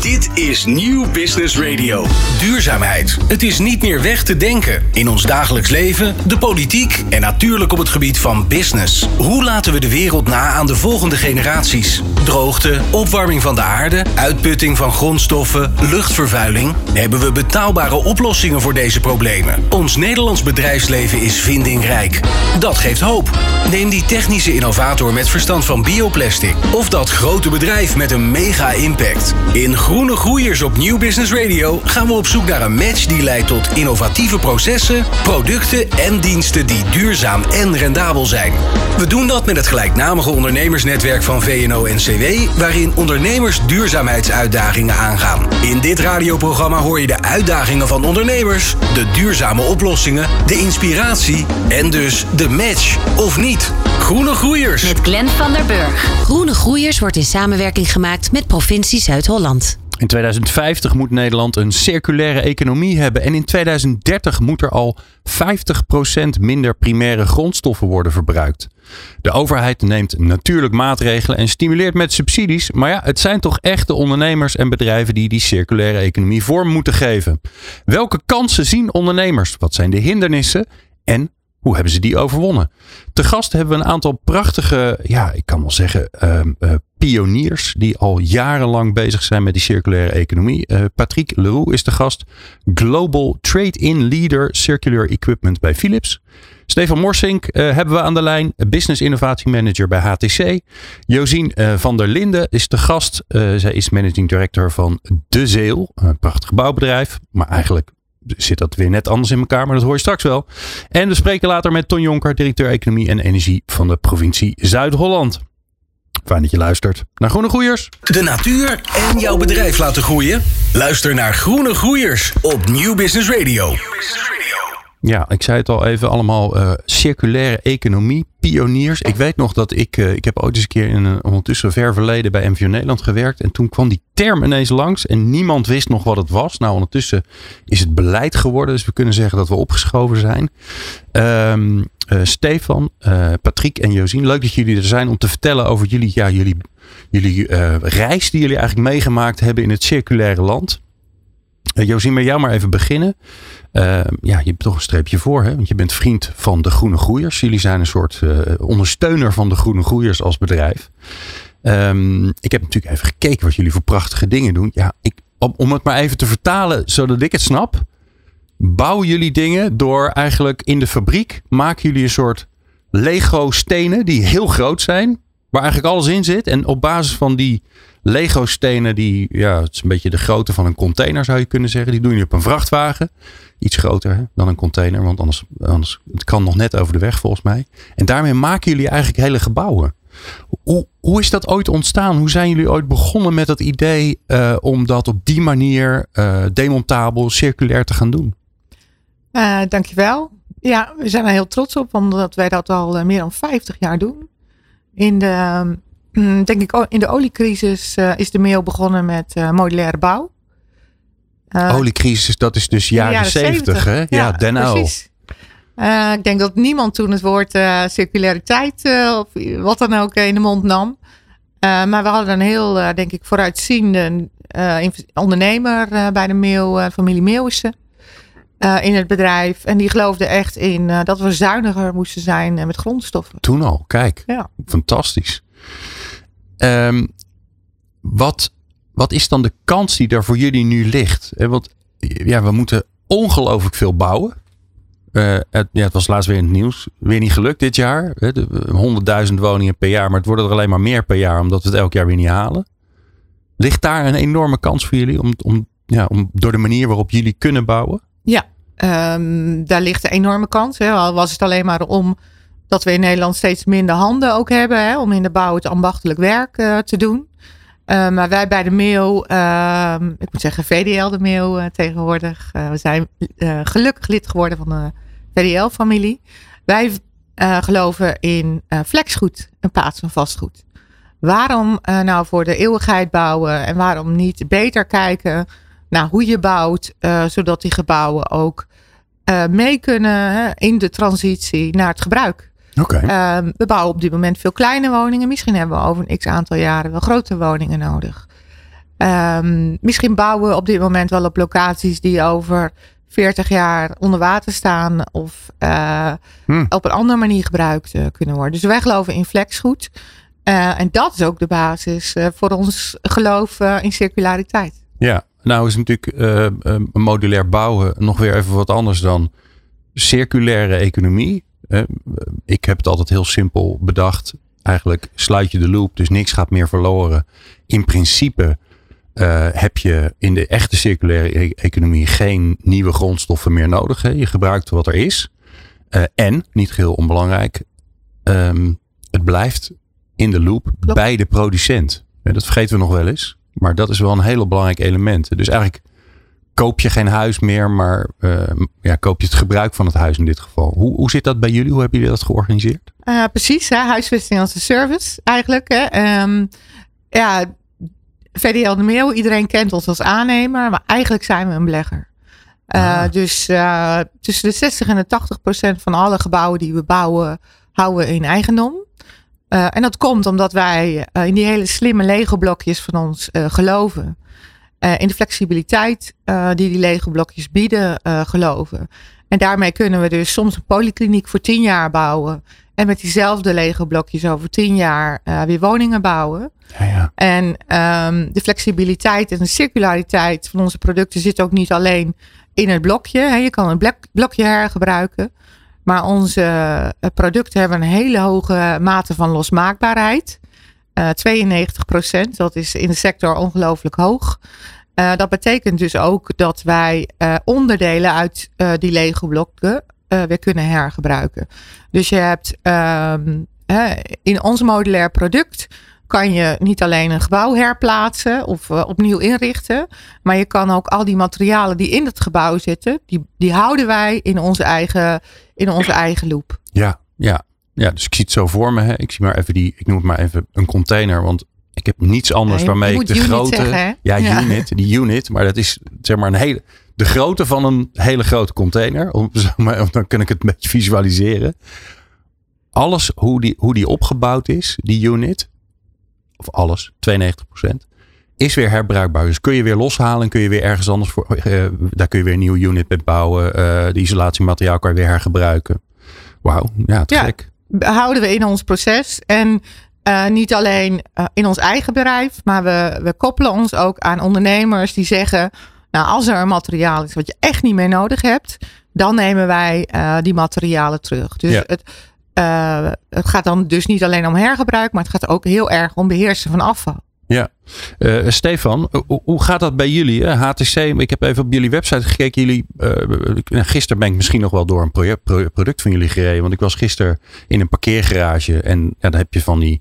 Dit is Nieuw Business Radio. Duurzaamheid. Het is niet meer weg te denken. In ons dagelijks leven, de politiek en natuurlijk op het gebied van business. Hoe laten we de wereld na aan de volgende generaties? Droogte, opwarming van de aarde, uitputting van grondstoffen, luchtvervuiling. Hebben we betaalbare oplossingen voor deze problemen? Ons Nederlands bedrijfsleven is vindingrijk. Dat geeft hoop. Neem die technische innovator met verstand van bioplastic. Of dat grote bedrijf met een mega impact. In Groene Groeiers op Nieuw Business Radio gaan we op zoek naar een match die leidt tot innovatieve processen, producten en diensten die duurzaam en rendabel zijn. We doen dat met het gelijknamige ondernemersnetwerk van VNO-NCW, waarin ondernemers duurzaamheidsuitdagingen aangaan. In dit radioprogramma hoor je de uitdagingen van ondernemers, de duurzame oplossingen, de inspiratie en dus de match, of niet. Groene Groeiers. Met Glenn van der Burg. Groene Groeiers wordt in samenwerking gemaakt met provincie Zuid-Holland. In 2050 moet Nederland een circulaire economie hebben. En in 2030 moet er al 50% minder primaire grondstoffen worden verbruikt. De overheid neemt natuurlijk maatregelen en stimuleert met subsidies. Maar ja, het zijn toch echt de ondernemers en bedrijven die circulaire economie vorm moeten geven. Welke kansen zien ondernemers? Wat zijn de hindernissen? En hoe hebben ze die overwonnen? Te gast hebben we een aantal prachtige, ik kan wel zeggen, pioniers die al jarenlang bezig zijn met die circulaire economie. Patrick Leroux is de gast, Global Trade-in Leader Circular Equipment bij Philips. Stefan Morsink hebben we aan de lijn, Business Innovatie Manager bij HTC. Josien van der Linden is de gast. Zij is Managing Director van De Zeel, een prachtig bouwbedrijf, maar eigenlijk zit dat weer net anders in elkaar, maar dat hoor je straks wel. En we spreken later met Ton Jonker, directeur Economie en Energie van de provincie Zuid-Holland. Fijn dat je luistert naar Groene Groeiers. De natuur en jouw bedrijf laten groeien? Luister naar Groene Groeiers op Nieuw Business Radio. Ja, ik zei het al even, allemaal circulaire economie, pioniers. Ik weet nog dat ik heb ooit eens een keer in een ondertussen ver verleden bij MVO Nederland gewerkt. En toen kwam die term ineens langs en niemand wist nog wat het was. Nou, ondertussen is het beleid geworden, dus we kunnen zeggen dat we opgeschoven zijn. Stefan, Patrick en Josien, leuk dat jullie er zijn om te vertellen over jullie reis die jullie eigenlijk meegemaakt hebben in het circulaire land. Josien, met jou maar even beginnen. Je hebt toch een streepje voor, hè? Want je bent vriend van de Groene Groeiers. Jullie zijn een soort ondersteuner van de Groene Groeiers als bedrijf. Ik heb natuurlijk even gekeken wat jullie voor prachtige dingen doen. Ja, om het maar even te vertalen, zodat ik het snap. Bouwen jullie dingen door eigenlijk in de fabriek, maken jullie een soort Lego stenen die heel groot zijn, waar eigenlijk alles in zit. En op basis van die Lego stenen, het is een beetje de grootte van een container zou je kunnen zeggen. Die doen jullie op een vrachtwagen. Iets groter dan een container, want anders het kan nog net over de weg volgens mij. En daarmee maken jullie eigenlijk hele gebouwen. Hoe is dat ooit ontstaan? Hoe zijn jullie ooit begonnen met dat idee om dat op die manier demontabel, circulair te gaan doen? Dankjewel. Ja, we zijn er heel trots op, omdat wij dat al meer dan 50 jaar doen. In de oliecrisis is de mail begonnen met modulaire bouw. Oliecrisis, dat is dus jaren 70, hè? Ja, Den Uyl. Ik denk dat niemand toen het woord circulariteit of wat dan ook in de mond nam. Maar we hadden een heel, vooruitziende ondernemer bij de familie Meeuwissen in het bedrijf. En die geloofde echt in dat we zuiniger moesten zijn met grondstoffen. Toen al, kijk. Ja. Fantastisch. Wat is dan de kans die daar voor jullie nu ligt? Want we moeten ongelooflijk veel bouwen. Het was laatst weer in het nieuws. Weer niet gelukt dit jaar. 100.000 woningen per jaar. Maar het worden er alleen maar meer per jaar. Omdat we het elk jaar weer niet halen. Ligt daar een enorme kans voor jullie? Om door de manier waarop jullie kunnen bouwen? Ja, daar ligt een enorme kans. Hè. Al was het alleen maar om dat we in Nederland steeds minder handen ook hebben. Hè, om in de bouw het ambachtelijk werk te doen. Maar wij bij de mail, ik moet zeggen VDL de mail tegenwoordig. We zijn gelukkig lid geworden van de VDL-familie. Wij geloven in flexgoed in plaats van vastgoed. Waarom nou voor de eeuwigheid bouwen en waarom niet beter kijken naar hoe je bouwt, zodat die gebouwen ook mee kunnen in de transitie naar het gebruik. Okay. We bouwen op dit moment veel kleine woningen. Misschien hebben we over een x aantal jaren wel grote woningen nodig. Misschien bouwen we op dit moment wel op locaties die over 40 jaar onder water staan of op een andere manier gebruikt kunnen worden. Dus wij geloven in flexgoed. En dat is ook de basis voor ons geloof in circulariteit. Ja, nou is natuurlijk modulair bouwen nog weer even wat anders dan circulaire economie. Ik heb het altijd heel simpel bedacht. Eigenlijk sluit je de loop, dus niks gaat meer verloren. In principe heb je in de echte circulaire economie geen nieuwe grondstoffen meer nodig. Hè? Je gebruikt wat er is. En, niet geheel onbelangrijk, het blijft in de loop bij de producent. Dat vergeten we nog wel eens. Maar dat is wel een heel belangrijk element. Dus eigenlijk koop je geen huis meer, maar koop je het gebruik van het huis in dit geval. Hoe zit dat bij jullie? Hoe hebben jullie dat georganiseerd? Precies, huisvesting als een service eigenlijk. VDL De Meeuw, iedereen kent ons als aannemer, maar eigenlijk zijn we een belegger. Dus tussen de 60 en de 80% van alle gebouwen die we bouwen, houden we in eigendom. En dat komt omdat wij in die hele slimme Lego-blokjes van ons geloven. In de flexibiliteit die Lego-blokjes bieden geloven. En daarmee kunnen we dus soms een polykliniek voor 10 jaar bouwen. En met diezelfde Lego-blokjes over 10 jaar weer woningen bouwen. Ja. En de flexibiliteit en de circulariteit van onze producten zit ook niet alleen in het blokje. Je kan een blokje hergebruiken. Maar onze producten hebben een hele hoge mate van losmaakbaarheid. 92%, dat is in de sector ongelooflijk hoog. Dat betekent dus ook dat wij onderdelen uit die Lego-blokken weer kunnen hergebruiken. Dus je hebt in ons modulair product kan je niet alleen een gebouw herplaatsen of opnieuw inrichten. Maar je kan ook al die materialen die in het gebouw zitten, die houden wij in onze eigen loop. Ja, dus ik zie het zo voor me. Hè. Ik zie maar even ik noem het maar even een container, want ik heb niets anders waarmee ik de grote zeggen, unit, maar dat is zeg maar de grootte van een hele grote container. Dan kan ik het een beetje visualiseren. Alles hoe die opgebouwd is, die unit, of alles, 92%, is weer herbruikbaar. Dus kun je weer loshalen en kun je weer ergens anders voor. Daar kun je weer een nieuwe unit met bouwen. De isolatiemateriaal kan je weer hergebruiken. Wauw, ja, te gek. Houden we in ons proces. En niet alleen in ons eigen bedrijf, maar we koppelen ons ook aan ondernemers die zeggen, nou, als er een materiaal is wat je echt niet meer nodig hebt, dan nemen wij die materialen terug. Dus het gaat dan dus niet alleen om hergebruik, maar het gaat ook heel erg om beheersen van afval. Ja. Stefan, hoe gaat dat bij jullie? HTC, ik heb even op jullie website gekeken. Gisteren ben ik misschien nog wel door een product van jullie gereden. Want ik was gisteren in een parkeergarage. En dan heb je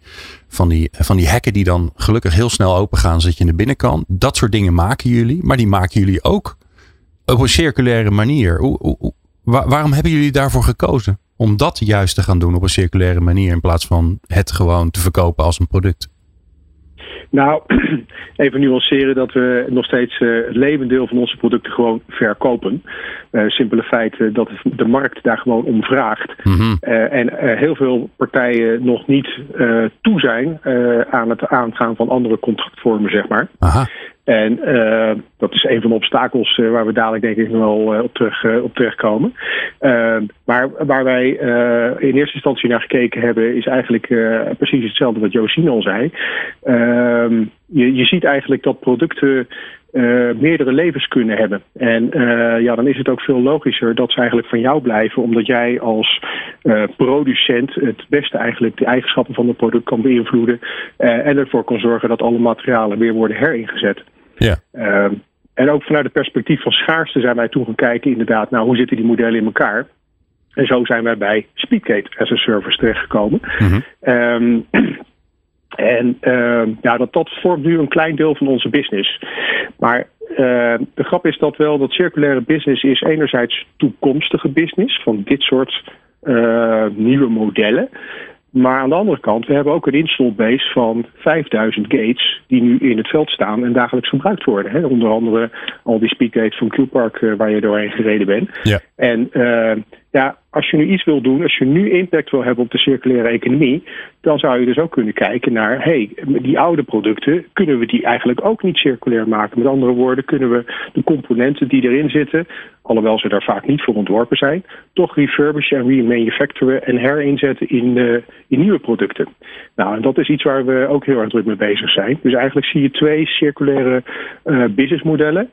van die hekken die dan gelukkig heel snel open gaan, zodat je in de binnenkant. Dat soort dingen maken jullie. Maar die maken jullie ook op een circulaire manier. Waarom hebben jullie daarvoor gekozen? Om dat juist te gaan doen op een circulaire manier. In plaats van het gewoon te verkopen als een product. Nou, even nuanceren dat we nog steeds het levendeel van onze producten gewoon verkopen. Simpele feit dat de markt daar gewoon om vraagt. Mm-hmm. En heel veel partijen nog niet toe zijn aan het aangaan van andere contractvormen, zeg maar. Aha. En dat is een van de obstakels waar we dadelijk denk ik wel op terugkomen. Maar waar wij in eerste instantie naar gekeken hebben, is eigenlijk precies hetzelfde wat Josine al zei. Je ziet eigenlijk dat producten meerdere levens kunnen hebben. En dan is het ook veel logischer dat ze eigenlijk van jou blijven, omdat jij als producent het beste eigenlijk de eigenschappen van het product kan beïnvloeden en ervoor kan zorgen dat alle materialen weer worden heringezet. Ja. En ook vanuit het perspectief van schaarste zijn wij toen gaan kijken inderdaad, nou, hoe zitten die modellen in elkaar? En zo zijn wij bij Speedgate as a Service terechtgekomen. Mm-hmm. Dat vormt nu een klein deel van onze business. Maar de grap is dat circulaire business is enerzijds toekomstige business van dit soort nieuwe modellen. Maar aan de andere kant, we hebben ook een install base van 5000 gates die nu in het veld staan en dagelijks gebruikt worden. Hè? Onder andere al die speedgates van Q-Park waar je doorheen gereden bent. Ja. En als je nu iets wil doen, als je nu impact wil hebben op de circulaire economie, dan zou je dus ook kunnen kijken naar, die oude producten, kunnen we die eigenlijk ook niet circulair maken? Met andere woorden, kunnen we de componenten die erin zitten, alhoewel ze daar vaak niet voor ontworpen zijn, toch refurbishen en remanufacturen en herinzetten in nieuwe producten. Nou, en dat is iets waar we ook heel erg druk mee bezig zijn. Dus eigenlijk zie je 2 circulaire businessmodellen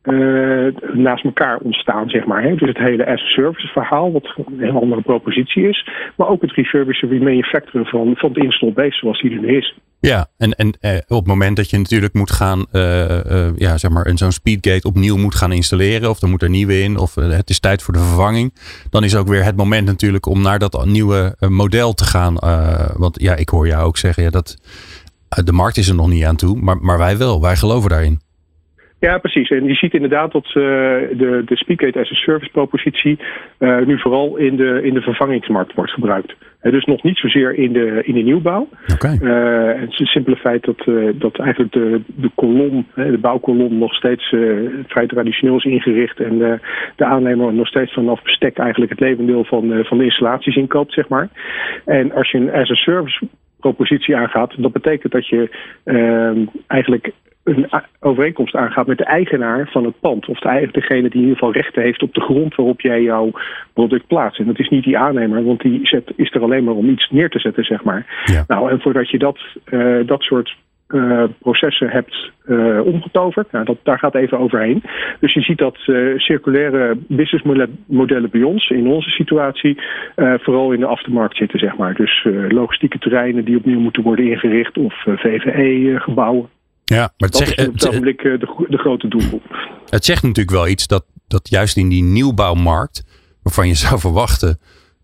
naast elkaar ontstaan, zeg maar. Hè? Dus het hele as-a-service verhaal, wat een heel andere propositie is, maar ook het refurbishen, remanufacturen van het installed base zoals die er nu is. Ja, en op het moment dat je natuurlijk moet gaan, zeg maar, zo'n speedgate opnieuw moet gaan installeren, of er moet er nieuwe in, of het is tijd voor de vervanging, dan is ook weer het moment natuurlijk om naar dat nieuwe model te gaan. Want ja, ik hoor jou ook zeggen, dat de markt is er nog niet aan toe, maar wij wel, wij geloven daarin. Ja, precies. En je ziet inderdaad dat de Speedgate as a service propositie nu vooral in de vervangingsmarkt wordt gebruikt. Dus nog niet zozeer in de nieuwbouw. Okay. Het simpele feit dat eigenlijk de kolom, de bouwkolom nog steeds vrij traditioneel is ingericht en de aannemer nog steeds vanaf bestek eigenlijk het levendeel van de installaties inkoopt, zeg maar. En als je een as a service propositie aangaat, dat betekent dat je eigenlijk een overeenkomst aangaat met de eigenaar van het pand. Of degene die in ieder geval rechten heeft op de grond waarop jij jouw product plaatst. En dat is niet die aannemer, want die is er alleen maar om iets neer te zetten, zeg maar. Ja. Nou, en voordat je dat soort processen hebt omgetoverd, daar gaat even overheen. Dus je ziet dat circulaire businessmodellen bij ons, in onze situatie, vooral in de aftermarkt zitten, zeg maar. Dus logistieke terreinen die opnieuw moeten worden ingericht of VVE-gebouwen. Ja, maar dat is op het ogenblik de grote doelgroep. Het zegt natuurlijk wel iets dat juist in die nieuwbouwmarkt, waarvan je zou verwachten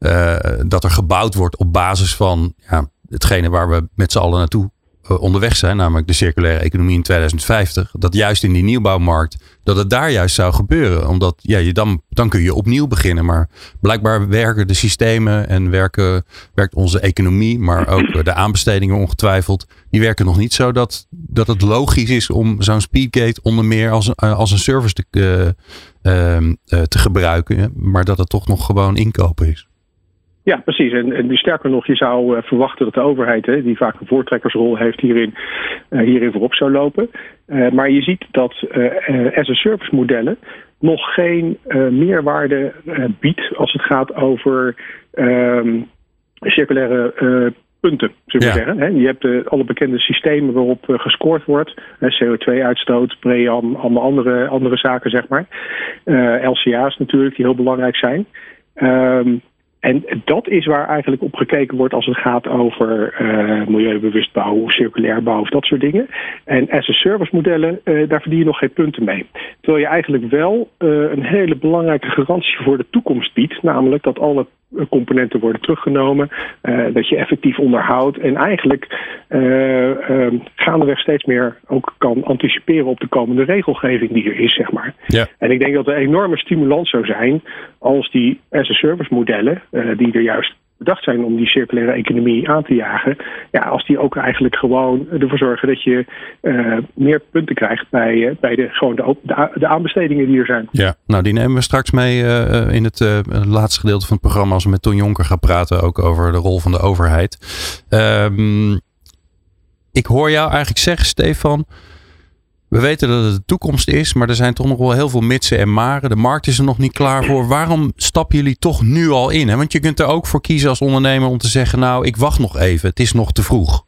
dat er gebouwd wordt op basis van hetgene waar we met z'n allen naartoe onderweg zijn, namelijk de circulaire economie in 2050, dat juist in die nieuwbouwmarkt, dat het daar juist zou gebeuren. Omdat dan kun je opnieuw beginnen. Maar blijkbaar werken de systemen en werkt onze economie, maar ook de aanbestedingen ongetwijfeld, die werken nog niet zo dat het logisch is om zo'n Speedgate onder meer als een service te gebruiken, maar dat het toch nog gewoon inkopen is. Ja, precies. En sterker nog, je zou verwachten dat de overheid, die vaak een voortrekkersrol heeft, hierin voorop zou lopen. Maar je ziet dat as-a-service modellen nog geen meerwaarde biedt als het gaat over circulaire punten, zullen we zeggen. Je hebt alle bekende systemen waarop gescoord wordt. CO2-uitstoot, PREAM, allemaal andere zaken, zeg maar. LCA's natuurlijk, die heel belangrijk zijn. En dat is waar eigenlijk op gekeken wordt als het gaat over milieubewust bouwen, circulair bouwen of dat soort dingen. En as-a-service modellen, daar verdien je nog geen punten mee. Terwijl je eigenlijk wel een hele belangrijke garantie voor de toekomst biedt. Namelijk dat alle componenten worden teruggenomen, dat je effectief onderhoudt en eigenlijk gaandeweg steeds meer ook kan anticiperen op de komende regelgeving die er is, zeg maar. Ja. En ik denk dat er een enorme stimulans zou zijn als die as-a-service modellen, die er juist bedacht zijn om die circulaire economie aan te jagen, als die ook eigenlijk gewoon ervoor zorgen dat je meer punten krijgt bij de aanbestedingen die er zijn. Ja, nou die nemen we straks mee in het laatste gedeelte van het programma als we met Ton Jonker gaan praten ook over de rol van de overheid. Ik hoor jou eigenlijk zeggen, Stefan, we weten dat het de toekomst is, maar er zijn toch nog wel heel veel mitsen en maren. De markt is er nog niet klaar voor. Waarom stappen jullie toch nu al in? Hè? Want je kunt er ook voor kiezen als ondernemer om te zeggen, nou, ik wacht nog even. Het is nog te vroeg.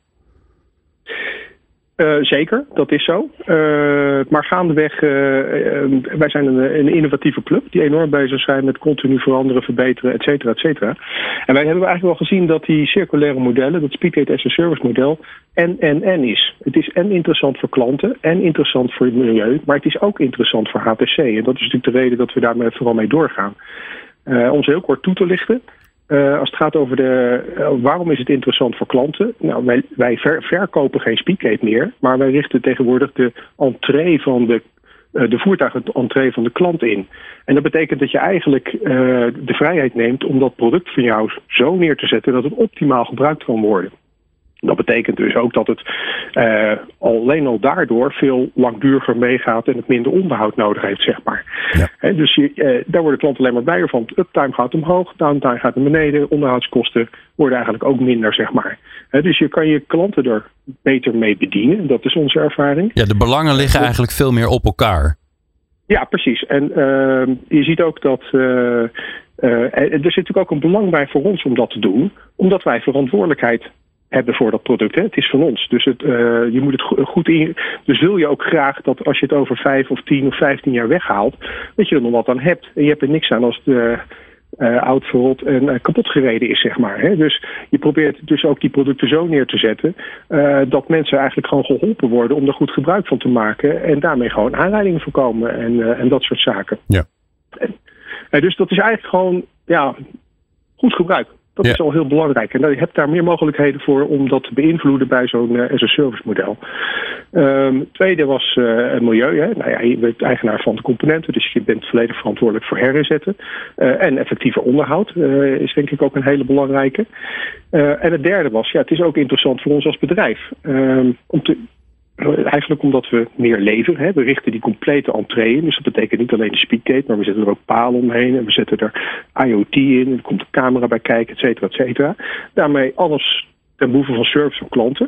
Zeker, dat is zo. Maar gaandeweg, wij zijn een innovatieve club die enorm bezig zijn met continu veranderen, verbeteren, et cetera, et cetera. En wij hebben eigenlijk wel gezien dat die circulaire modellen, dat Speedgate as a service model, en is. Het is en interessant voor klanten en interessant voor het milieu, maar het is ook interessant voor HTC. En dat is natuurlijk de reden dat we daarmee vooral mee doorgaan. Ons heel kort toe te lichten. Als het gaat over waarom is het interessant voor klanten? Nou, wij verkopen geen Speedgate meer, maar wij richten tegenwoordig de entree van de voertuigentree van de klant in. En dat betekent dat je eigenlijk de vrijheid neemt om dat product van jou zo neer te zetten dat het optimaal gebruikt kan worden. Dat betekent dus ook dat het alleen al daardoor veel langduriger meegaat en het minder onderhoud nodig heeft, zeg maar. Ja. Dus daar worden klanten alleen maar blijer van. Uptime gaat omhoog, downtime gaat naar beneden, onderhoudskosten worden eigenlijk ook minder, zeg maar. Dus je kan je klanten er beter mee bedienen, dat is onze ervaring. Ja, de belangen liggen eigenlijk veel meer op elkaar. Ja, precies. En je ziet ook dat er zit natuurlijk ook een belang bij voor ons om dat te doen, omdat wij verantwoordelijkheid hebben voor dat product. Hè. Het is van ons. Dus je moet het goed in. Dus wil je ook graag dat als je het over 5 of 10 of 15 jaar weghaalt, dat je er nog wat aan hebt. En je hebt er niks aan als het oud, verrot en kapot gereden is, zeg maar. Hè. Dus je probeert dus ook die producten zo neer te zetten dat mensen eigenlijk gewoon geholpen worden om er goed gebruik van te maken en daarmee gewoon aanrijdingen voorkomen en dat soort zaken. Ja. Dus dat is eigenlijk gewoon goed gebruik. Dat is al heel belangrijk. En je hebt daar meer mogelijkheden voor om dat te beïnvloeden bij zo'n as a service model. Tweede was milieu. Hè. Nou ja, je bent eigenaar van de componenten, dus je bent volledig verantwoordelijk voor herinzetten. En effectiever onderhoud is denk ik ook een hele belangrijke. En het derde was, het is ook interessant voor ons als bedrijf. Eigenlijk omdat we meer leveren. Hè. We richten die complete entree in. Dus dat betekent niet alleen de speedgate, maar we zetten er ook palen omheen. En we zetten er IoT in. En er komt een camera bij kijken, et cetera, et cetera. Daarmee alles ten behoeve van service van klanten.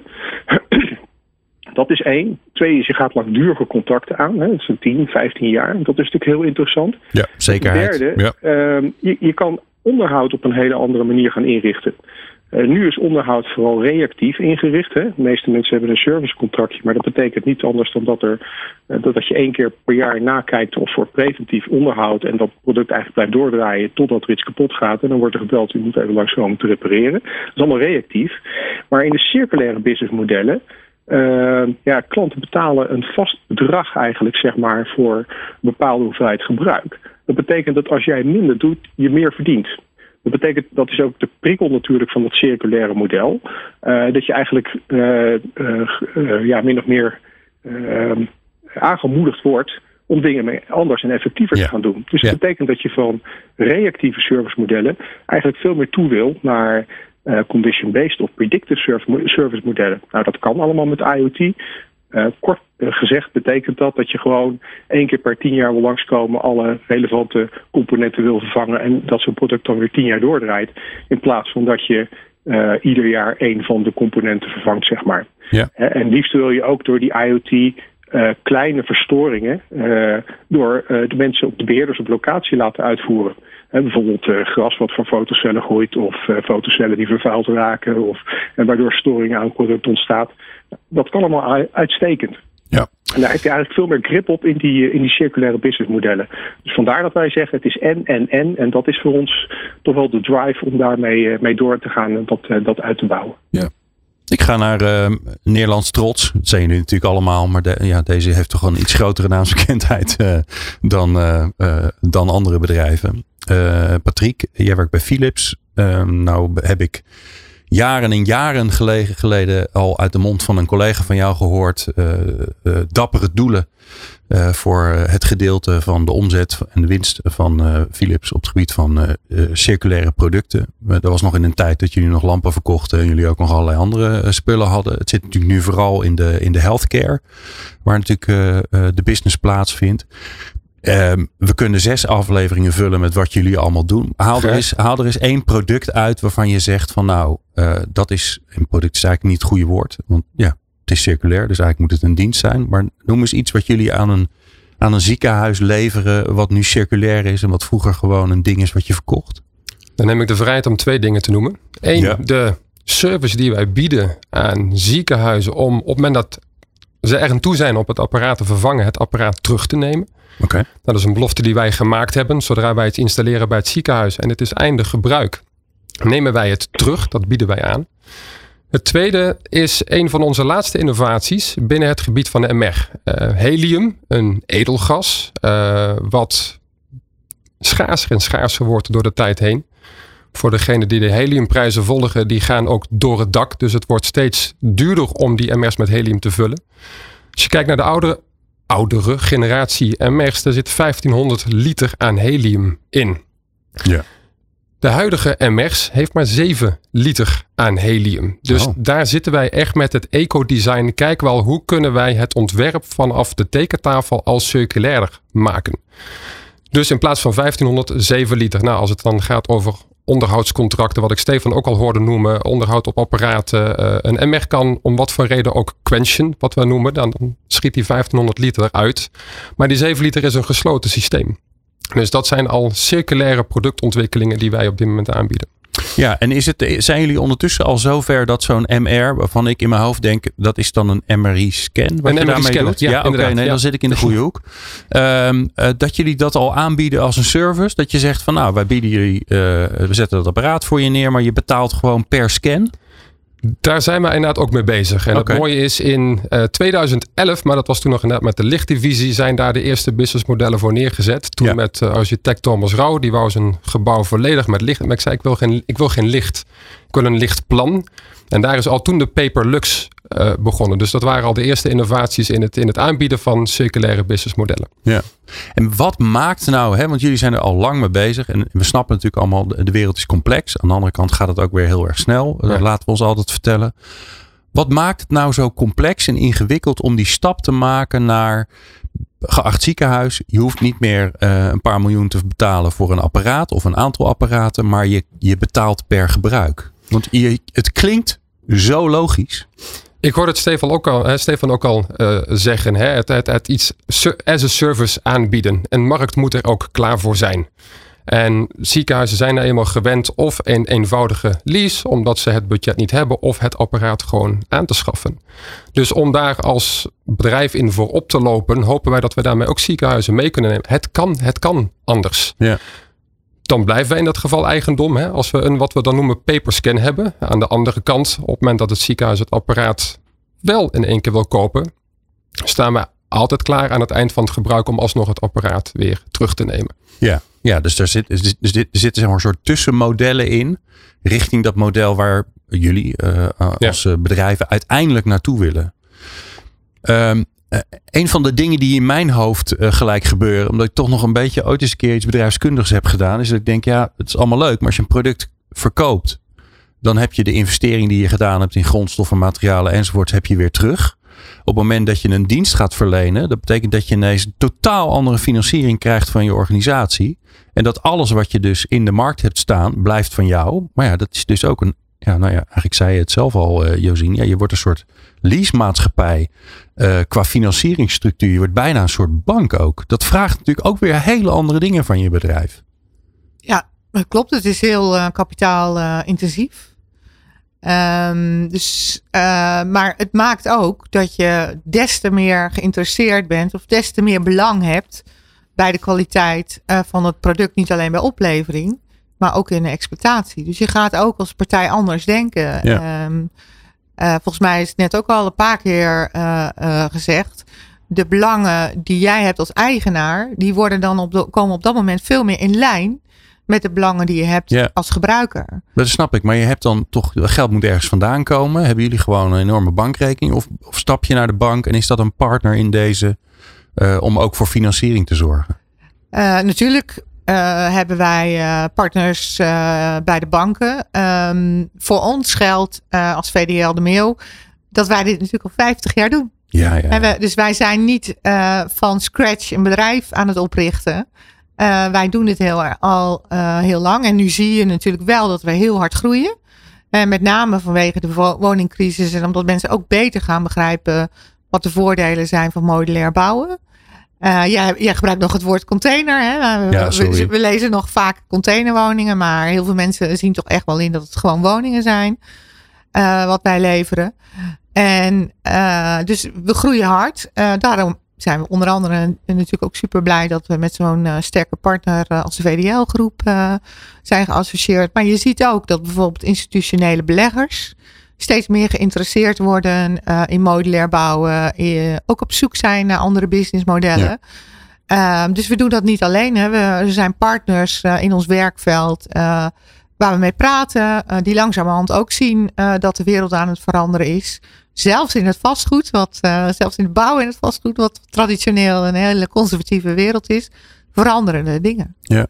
Dat is 1. 2 is je gaat langdurige contacten aan. Hè. Dat is 10, 15 jaar. Dat is natuurlijk heel interessant. Ja, zekerheid. Derde, je kan onderhoud op een hele andere manier gaan inrichten. Nu is onderhoud vooral reactief ingericht. Hè. De meeste mensen hebben een servicecontractje, maar dat betekent niet anders dan dat je 1 keer per jaar nakijkt of voor preventief onderhoud en dat product eigenlijk blijft doordraaien totdat er iets kapot gaat. En dan wordt er gebeld, u moet even langskomen om te repareren. Dat is allemaal reactief. Maar in de circulaire businessmodellen, klanten betalen een vast bedrag eigenlijk, zeg maar, voor een bepaalde hoeveelheid gebruik. Dat betekent dat als jij minder doet, je meer verdient. Dat betekent, dat is ook de prikkel natuurlijk van het circulaire model. Dat je eigenlijk min of meer aangemoedigd wordt om dingen anders en effectiever te gaan doen. Dus dat betekent dat je van reactieve servicemodellen eigenlijk veel meer toe wil naar condition-based of predictive service modellen. Nou, dat kan allemaal met IoT. Kort gezegd betekent dat je gewoon 1 keer per 10 jaar wil langskomen, alle relevante componenten wil vervangen en dat zo'n product dan weer 10 jaar doordraait. In plaats van dat je ieder jaar 1 van de componenten vervangt, zeg maar. Ja. En liefst wil je ook door die IoT kleine verstoringen door de mensen op de beheerders op locatie laten uitvoeren. Bijvoorbeeld gras wat van fotocellen groeit of fotocellen die vervuild raken en waardoor storingen aan het product ontstaat. Dat kan allemaal uitstekend. Ja. En daar heb je eigenlijk veel meer grip op in die circulaire businessmodellen. Dus vandaar dat wij zeggen het is en dat is voor ons toch wel de drive om daarmee mee door te gaan en dat uit te bouwen. Ja. Ik ga naar Nederlands Trots. Dat zijn jullie natuurlijk allemaal, maar deze heeft toch een iets grotere naamsbekendheid dan andere bedrijven. Patrick, jij werkt bij Philips. Nou heb ik jaren en jaren geleden al uit de mond van een collega van jou gehoord. Dappere doelen voor het gedeelte van de omzet en de winst van Philips op het gebied van circulaire producten. Dat was nog in een tijd dat jullie nog lampen verkochten en jullie ook nog allerlei andere spullen hadden. Het zit natuurlijk nu vooral in de healthcare, waar natuurlijk de business plaatsvindt. We kunnen 6 afleveringen vullen met wat jullie allemaal doen. Haal er eens 1 product uit waarvan je zegt van dat is, een product is eigenlijk niet het goede woord. Want het is circulair, dus eigenlijk moet het een dienst zijn. Maar noem eens iets wat jullie aan een ziekenhuis leveren wat nu circulair is en wat vroeger gewoon een ding is wat je verkocht. Dan neem ik de vrijheid om 2 dingen te noemen. 1, de service die wij bieden aan ziekenhuizen om op het moment dat ze er aan toe zijn op het apparaat te vervangen, het apparaat terug te nemen. Okay. Dat is een belofte die wij gemaakt hebben. Zodra wij het installeren bij het ziekenhuis en het is einde gebruik, nemen wij het terug. Dat bieden wij aan. Het tweede is een van onze laatste innovaties binnen het gebied van de MR. Helium, een edelgas, wat schaarser en schaarser wordt door de tijd heen. Voor degenen die de heliumprijzen volgen, die gaan ook door het dak. Dus het wordt steeds duurder om die MR's met helium te vullen. Als je kijkt naar de oudere generatie MR's, daar zit 1500 liter aan helium in. Ja. De huidige MR's heeft maar 7 liter aan helium. Dus daar zitten wij echt met het ecodesign. Kijken we al hoe kunnen wij het ontwerp vanaf de tekentafel al circulairder maken. Dus in plaats van 1500, 7 liter. Nou, als het dan gaat over onderhoudscontracten, wat ik Stefan ook al hoorde noemen, onderhoud op apparaten, een MR kan om wat voor reden ook quenchen, wat we noemen. Dan schiet die 1500 liter eruit. Maar die 7 liter is een gesloten systeem. Dus dat zijn al circulaire productontwikkelingen die wij op dit moment aanbieden. Ja, en zijn jullie ondertussen al zover dat zo'n MR, waarvan ik in mijn hoofd denk, dat is dan een MRI-scan? Wat je daarmee doet? Ja, oké, dan zit ik in de goede hoek. Dat jullie dat al aanbieden als een service? Dat je zegt van nou, wij bieden jullie, we zetten dat apparaat voor je neer, maar je betaalt gewoon per scan? Daar zijn we inderdaad ook mee bezig. En het mooie is in 2011, maar dat was toen nog inderdaad met de lichtdivisie, zijn daar de eerste businessmodellen voor neergezet. Toen met architect Thomas Rauw, die wou zijn gebouw volledig met licht. Maar ik zei, ik wil geen licht. Ik wil een lichtplan. En daar is al toen de Paperlux begonnen. Dus dat waren al de eerste innovaties in het aanbieden van circulaire businessmodellen. Ja. En wat maakt nou, want jullie zijn er al lang mee bezig. En we snappen natuurlijk allemaal, de wereld is complex. Aan de andere kant gaat het ook weer heel erg snel. Dat laten we ons altijd vertellen. Wat maakt het nou zo complex en ingewikkeld om die stap te maken naar geacht ziekenhuis? Je hoeft niet meer een paar miljoen te betalen voor een apparaat of een aantal apparaten. Maar je betaalt per gebruik. Want het klinkt zo logisch. Ik hoorde het Stefan ook al zeggen. Het iets as a service aanbieden. Een markt moet er ook klaar voor zijn. En ziekenhuizen zijn er eenmaal gewend of een eenvoudige lease, omdat ze het budget niet hebben, of het apparaat gewoon aan te schaffen. Dus om daar als bedrijf in voor op te lopen, hopen wij dat we daarmee ook ziekenhuizen mee kunnen nemen. Het kan anders. Ja. Dan blijven wij in dat geval eigendom. Als we een wat we dan noemen paperscan hebben. Aan de andere kant, op het moment dat het ziekenhuis het apparaat wel in één keer wil kopen, staan we altijd klaar aan het eind van het gebruik om alsnog het apparaat weer terug te nemen. Ja, dus er zitten zeg maar een soort tussenmodellen in, richting dat model waar jullie als bedrijven uiteindelijk naartoe willen. Een van de dingen die in mijn hoofd gelijk gebeuren, omdat ik toch nog een beetje ooit eens een keer iets bedrijfskundigs heb gedaan, is dat ik denk, ja, het is allemaal leuk, maar als je een product verkoopt, dan heb je de investering die je gedaan hebt in grondstoffen, materialen enzovoorts, heb je weer terug. Op het moment dat je een dienst gaat verlenen, dat betekent dat je ineens een totaal andere financiering krijgt van je organisatie. En dat alles wat je dus in de markt hebt staan, blijft van jou. Maar ja, dat is dus ook eigenlijk zei je het zelf al, Josien. Ja, je wordt een soort leasemaatschappij qua financieringsstructuur. Je wordt bijna een soort bank ook. Dat vraagt natuurlijk ook weer hele andere dingen van je bedrijf. Ja, dat klopt. Het is heel kapitaalintensief. Maar het maakt ook dat je des te meer geïnteresseerd bent of des te meer belang hebt bij de kwaliteit van het product. Niet alleen bij oplevering, maar ook in de exploitatie. Dus je gaat ook als partij anders denken. Ja. Volgens mij is het net ook al een paar keer gezegd. De belangen die jij hebt als eigenaar, die worden dan komen op dat moment veel meer in lijn met de belangen die je hebt als gebruiker. Dat snap ik, maar je hebt dan toch, geld moet ergens vandaan komen. Hebben jullie gewoon een enorme bankrekening? Of stap je naar de bank en is dat een partner in deze om ook voor financiering te zorgen? Natuurlijk hebben wij partners bij de banken. Voor ons geldt als VDL De Meeuw dat wij dit natuurlijk al 50 jaar doen. Ja. Dus wij zijn niet van scratch een bedrijf aan het oprichten. Wij doen dit al heel lang. En nu zie je natuurlijk wel dat we heel hard groeien. Met name vanwege de woningcrisis. En omdat mensen ook beter gaan begrijpen wat de voordelen zijn van modulair bouwen. Jij gebruikt nog het woord container. Hè? We lezen nog vaak containerwoningen. Maar heel veel mensen zien toch echt wel in dat het gewoon woningen zijn. Wat wij leveren. En dus we groeien hard. Daarom zijn we onder andere natuurlijk ook super blij dat we met zo'n sterke partner als de VDL-groep zijn geassocieerd. Maar je ziet ook dat bijvoorbeeld institutionele beleggers steeds meer geïnteresseerd worden in modulair bouwen. Ook op zoek zijn naar andere businessmodellen. Ja. Dus we doen dat niet alleen. Hè. Er zijn partners in ons werkveld waar we mee praten. Die langzamerhand ook zien dat de wereld aan het veranderen is. Zelfs in het vastgoed, zelfs in het bouwen en het vastgoed, wat traditioneel een hele conservatieve wereld is, veranderen de dingen. Ja.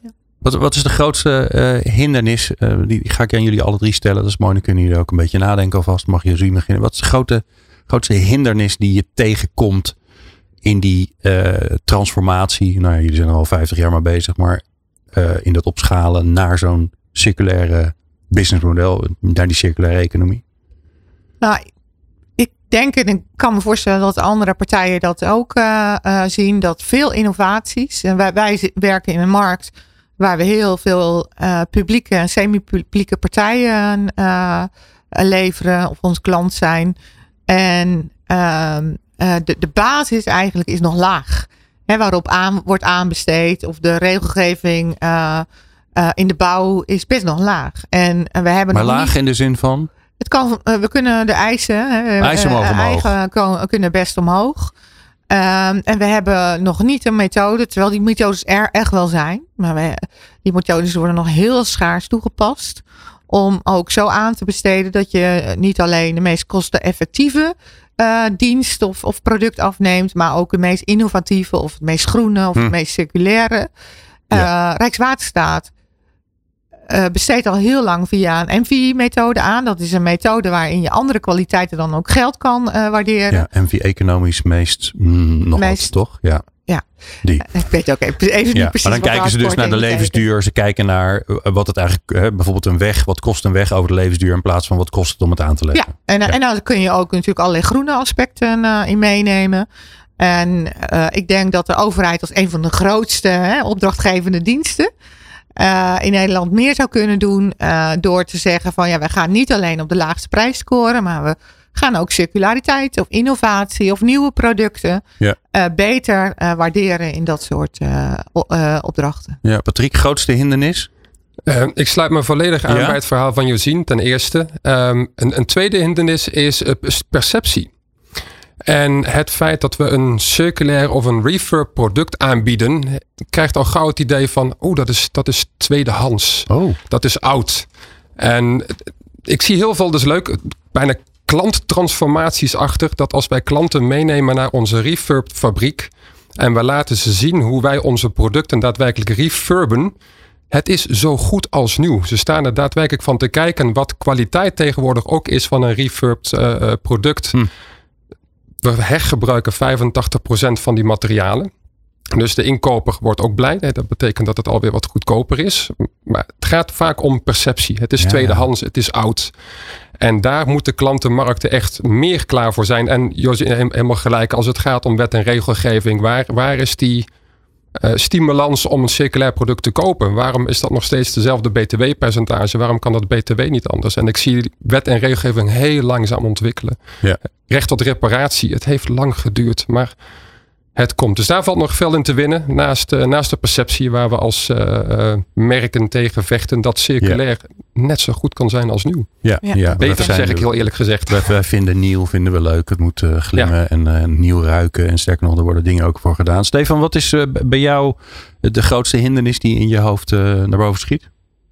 Wat is de grootste hindernis? Die ga ik aan jullie alle 3 stellen. Dat is mooi, dan kunnen jullie ook een beetje nadenken alvast. Mag je zien beginnen. Wat is de grootste hindernis die je tegenkomt in die transformatie? Nou ja, jullie zijn er al 50 jaar mee bezig, maar in dat opschalen naar zo'n circulaire businessmodel, naar die circulaire economie? Nou, ik denk en ik kan me voorstellen dat andere partijen dat ook zien, dat veel innovaties, en wij werken in een markt waar we heel veel publieke en semi-publieke partijen leveren of ons klant zijn. En de basis eigenlijk is nog laag. Hè, waarop wordt aanbesteed of de regelgeving in de bouw is best nog laag. En we hebben maar laag in de zin van? Het kan, we kunnen de eisen kunnen best omhoog. En we hebben nog niet een methode, terwijl die methodes er echt wel zijn. Maar die methodes worden nog heel schaars toegepast. Om ook zo aan te besteden dat je niet alleen de meest kosteneffectieve dienst of product afneemt. Maar ook de meest innovatieve of het meest groene of het meest circulaire. Rijkswaterstaat besteedt al heel lang via een MVI-methode aan. Dat is een methode waarin je andere kwaliteiten dan ook geld kan waarderen. Ja, MVI economisch meest altijd, toch? Ja. Die. Ik weet ook even niet precies. Maar dan kijken ze dus naar de levensduur. Ze kijken naar wat het eigenlijk, bijvoorbeeld een weg. Wat kost een weg over de levensduur in plaats van wat kost het om het aan te leggen? Ja, en dan kun je ook natuurlijk allerlei groene aspecten in meenemen. En ik denk dat de overheid als een van de grootste opdrachtgevende diensten in Nederland meer zou kunnen doen door te zeggen van wij gaan niet alleen op de laagste prijs scoren, maar we gaan ook circulariteit of innovatie of nieuwe producten beter waarderen in dat soort opdrachten. Ja, Patrick, grootste hindernis? Ik sluit me volledig aan bij het verhaal van Josien ten eerste. Een tweede hindernis is perceptie. En het feit dat we een circulair of een refurb product aanbieden, krijgt al gauw het idee van, dat is tweedehands. Dat is oud. En ik zie heel veel, dus leuk, bijna klanttransformaties achter, dat als wij klanten meenemen naar onze refurb fabriek en we laten ze zien hoe wij onze producten daadwerkelijk refurben, het is zo goed als nieuw. Ze staan er daadwerkelijk van te kijken wat kwaliteit tegenwoordig ook is van een refurbed product. We hergebruiken 85% van die materialen. Dus de inkoper wordt ook blij. Dat betekent dat het alweer wat goedkoper is. Maar het gaat vaak om perceptie. Het is tweedehands, het is oud. En daar moeten klantenmarkten echt meer klaar voor zijn. En José, helemaal gelijk, als het gaat om wet en regelgeving. Waar is die stimulans om een circulair product te kopen? Waarom is dat nog steeds dezelfde btw-percentage? Waarom kan dat btw niet anders? En ik zie wet en regelgeving heel langzaam ontwikkelen. Ja. Recht tot reparatie, het heeft lang geduurd, maar het komt. Dus daar valt nog veel in te winnen. Naast de perceptie waar we als merken tegen vechten, dat circulair net zo goed kan zijn als nieuw. Beter zeg ik heel eerlijk gezegd. Wij vinden nieuw we leuk. Het moet glimmen en nieuw ruiken. En sterker nog, er worden dingen ook voor gedaan. Stefan, wat is bij jou de grootste hindernis die in je hoofd naar boven schiet?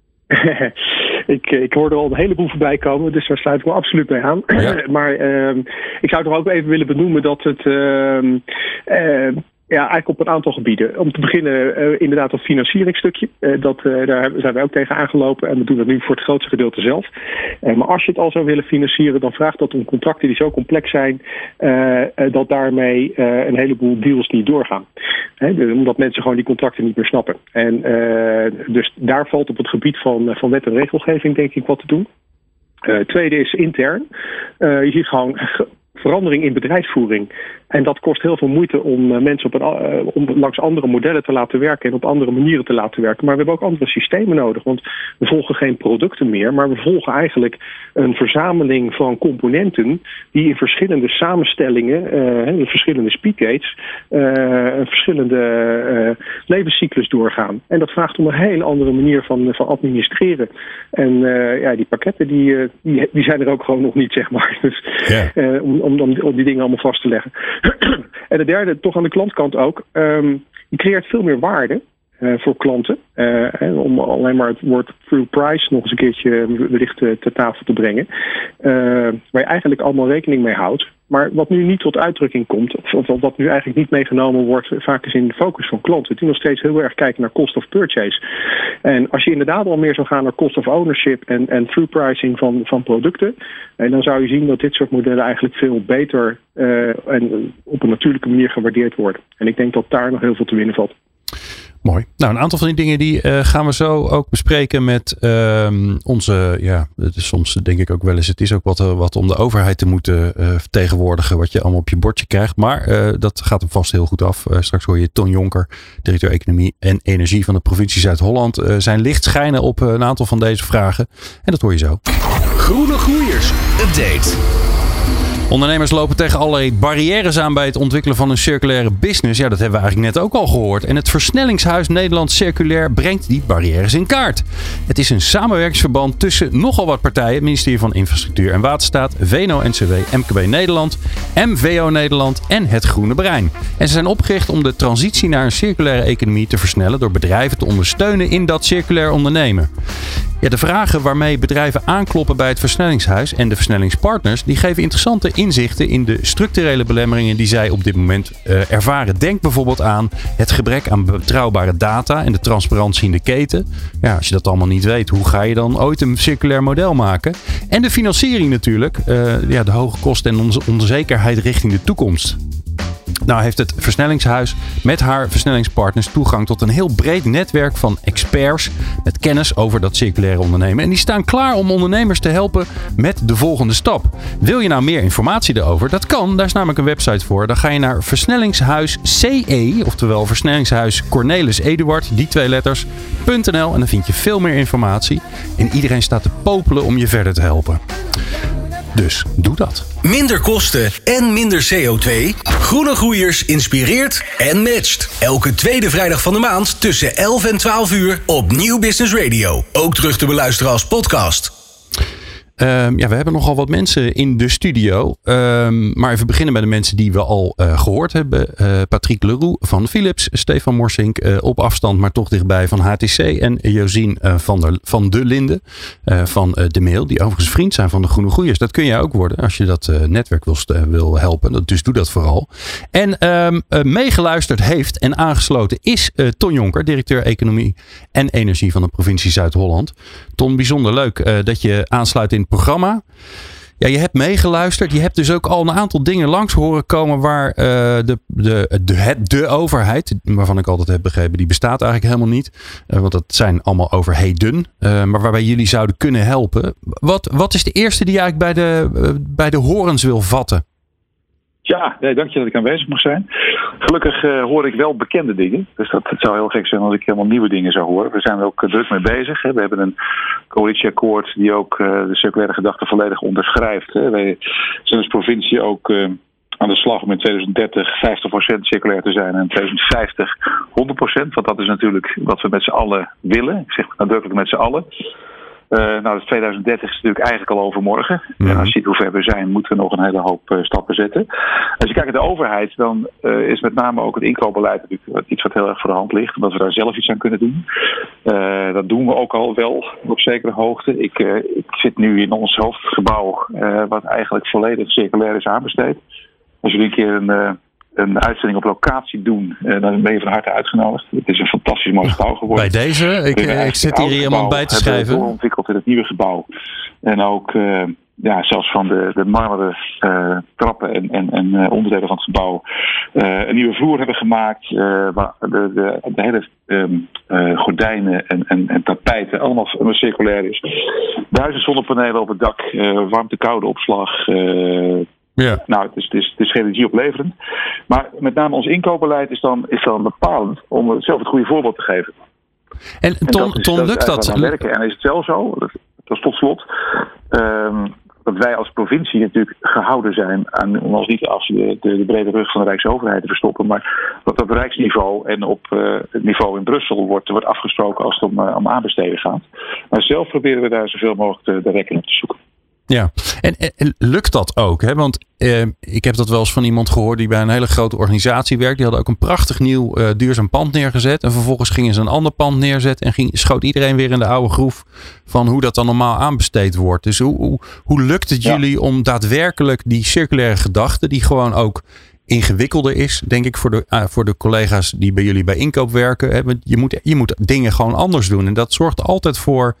Ik hoorde al een heleboel voorbij komen, dus daar sluit ik me absoluut bij aan. Ja. Maar ik zou toch ook even willen benoemen dat het eigenlijk op een aantal gebieden. Om te beginnen inderdaad dat financieringsstukje. Daar zijn wij ook tegen aangelopen en we doen dat nu voor het grootste gedeelte zelf. Maar als je het al zou willen financieren, dan vraagt dat om contracten die zo complex zijn dat daarmee een heleboel deals niet doorgaan. Omdat mensen gewoon die contracten niet meer snappen. En dus daar valt op het gebied van wet en regelgeving denk ik wat te doen. Tweede is intern. Je ziet gewoon verandering in bedrijfsvoering. En dat kost heel veel moeite om mensen om langs andere modellen te laten werken en op andere manieren te laten werken. Maar we hebben ook andere systemen nodig. Want we volgen geen producten meer, maar we volgen eigenlijk een verzameling van componenten die in verschillende samenstellingen, in verschillende speedgates, een verschillende levenscyclus doorgaan. En dat vraagt om een hele andere manier van administreren. En die pakketten die zijn er ook gewoon nog niet, zeg maar. Dus, om die dingen allemaal vast te leggen. En de derde, toch aan de klantkant ook. Je creëert veel meer waarde voor klanten. Om alleen maar het woord through price nog eens een keertje wellicht ter tafel te brengen. Waar je eigenlijk allemaal rekening mee houdt. Maar wat nu niet tot uitdrukking komt, of wat nu eigenlijk niet meegenomen wordt, vaak is in de focus van klanten, die nog steeds heel erg kijken naar cost of purchase. En als je inderdaad al meer zou gaan naar cost of ownership en through pricing van producten, dan zou je zien dat dit soort modellen eigenlijk veel beter en op een natuurlijke manier gewaardeerd worden. En ik denk dat daar nog heel veel te winnen valt. Mooi. Nou, een aantal van die dingen die gaan we zo ook bespreken met onze, het is soms denk ik ook wel eens, het is ook wat om de overheid te moeten vertegenwoordigen, wat je allemaal op je bordje krijgt. Maar dat gaat hem vast heel goed af. Straks hoor je Ton Jonker, directeur Economie en Energie van de provincie Zuid-Holland, zijn licht schijnen op een aantal van deze vragen. En dat hoor je zo. Groene Groeiers Update. Ondernemers lopen tegen allerlei barrières aan bij het ontwikkelen van een circulaire business. Ja, dat hebben we eigenlijk net ook al gehoord. En het Versnellingshuis Nederland Circulair brengt die barrières in kaart. Het is een samenwerkingsverband tussen nogal wat partijen. Het ministerie van Infrastructuur en Waterstaat, VNO-NCW, MKB Nederland, MVO Nederland en het Groene Brein. En ze zijn opgericht om de transitie naar een circulaire economie te versnellen door bedrijven te ondersteunen in dat circulair ondernemen. Ja, de vragen waarmee bedrijven aankloppen bij het Versnellingshuis en de versnellingspartners, die geven interessante inzichten in de structurele belemmeringen die zij op dit moment ervaren. Denk bijvoorbeeld aan het gebrek aan betrouwbare data en de transparantie in de keten. Ja, als je dat allemaal niet weet, hoe ga je dan ooit een circulair model maken? En de financiering natuurlijk, de hoge kosten en onzekerheid richting de toekomst. Nou heeft het Versnellingshuis met haar versnellingspartners toegang tot een heel breed netwerk van experts met kennis over dat circulaire ondernemen. En die staan klaar om ondernemers te helpen met de volgende stap. Wil je nou meer informatie erover? Dat kan, daar is namelijk een website voor. Dan ga je naar Versnellingshuis CE, oftewel Versnellingshuis Cornelis Eduard, die 2 letters.nl en dan vind je veel meer informatie. En iedereen staat te popelen om je verder te helpen. Dus doe dat. Minder kosten en minder CO2. Groene Groeiers inspireert en matcht. Elke tweede vrijdag van de maand tussen 11 en 12 uur op Nieuw Business Radio. Ook terug te beluisteren als podcast. We hebben nogal wat mensen in de studio. Maar even beginnen bij de mensen die we al gehoord hebben. Patrick Leroux van Philips. Stefan Morsink op afstand, maar toch dichtbij van HTC. En Josien van der Linden van De Mail. Die overigens vriend zijn van de Groene Groeiers. Dat kun jij ook worden als je dat netwerk wil helpen. Dus doe dat vooral. En meegeluisterd heeft en aangesloten is Ton Jonker. Directeur Economie en Energie van de provincie Zuid-Holland. Ton, bijzonder leuk dat je aansluit in het programma. Ja, je hebt meegeluisterd. Je hebt dus ook al een aantal dingen langs horen komen waar de overheid, waarvan ik altijd heb begrepen, die bestaat eigenlijk helemaal niet. Want dat zijn allemaal overheden. Maar waarbij jullie zouden kunnen helpen. Wat is de eerste die je eigenlijk bij de horens wil vatten? Ja, dank je dat ik aanwezig mag zijn. Gelukkig hoor ik wel bekende dingen. Dus dat zou heel gek zijn als ik helemaal nieuwe dingen zou horen. We zijn er ook druk mee bezig. Hè. We hebben een coalitieakkoord die ook de circulaire gedachte volledig onderschrijft. Hè. Wij zijn als provincie ook aan de slag om in 2030 50% circulair te zijn en in 2050 100%. Want dat is natuurlijk wat we met z'n allen willen. Ik zeg nadrukkelijk met z'n allen. 2030 is natuurlijk eigenlijk al overmorgen. Ja. En als je ziet hoe ver we zijn, moeten we nog een hele hoop stappen zetten. Als je kijkt naar de overheid, dan is met name ook het inkoopbeleid natuurlijk iets wat heel erg voor de hand ligt. Omdat we daar zelf iets aan kunnen doen. Dat doen we ook al wel op zekere hoogte. Ik zit nu in ons hoofdgebouw, wat eigenlijk volledig circulair is aanbesteed. Als jullie een keer een uitzending op locatie doen, dan ben je van harte uitgenodigd. Het is een fantastisch mooi gebouw geworden. Bij deze, ik zit hier iemand bij te schrijven. We hebben ontwikkeld in het nieuwe gebouw. En ook zelfs van de marmeren trappen en onderdelen van het gebouw een nieuwe vloer hebben gemaakt. Waar de hele gordijnen en tapijten allemaal circulair is. 1000 zonnepanelen op het dak, warmte-koude opslag. Ja. Nou, het is energieopleverend. Maar met name ons inkoopbeleid is dan bepalend om zelf het goede voorbeeld te geven. En Ton, lukt dat? En is het wel zo, dat is tot slot, dat wij als provincie natuurlijk gehouden zijn aan ons niet af de brede rug van de Rijksoverheid te verstoppen, maar dat op rijksniveau en op het niveau in Brussel wordt afgesproken als het om aanbesteden gaat. Maar zelf proberen we daar zoveel mogelijk de rekening op te zoeken. Ja, en lukt dat ook? Hè? Want ik heb dat wel eens van iemand gehoord die bij een hele grote organisatie werkt. Die hadden ook een prachtig nieuw duurzaam pand neergezet. En vervolgens gingen ze een ander pand neerzetten. En schoot iedereen weer in de oude groef van hoe dat dan normaal aanbesteed wordt. Dus hoe lukt het jullie om daadwerkelijk die circulaire gedachte, die gewoon ook ingewikkelder is, denk ik, voor de collega's die bij jullie bij inkoop werken. Hè? Je moet dingen gewoon anders doen. En dat zorgt altijd voor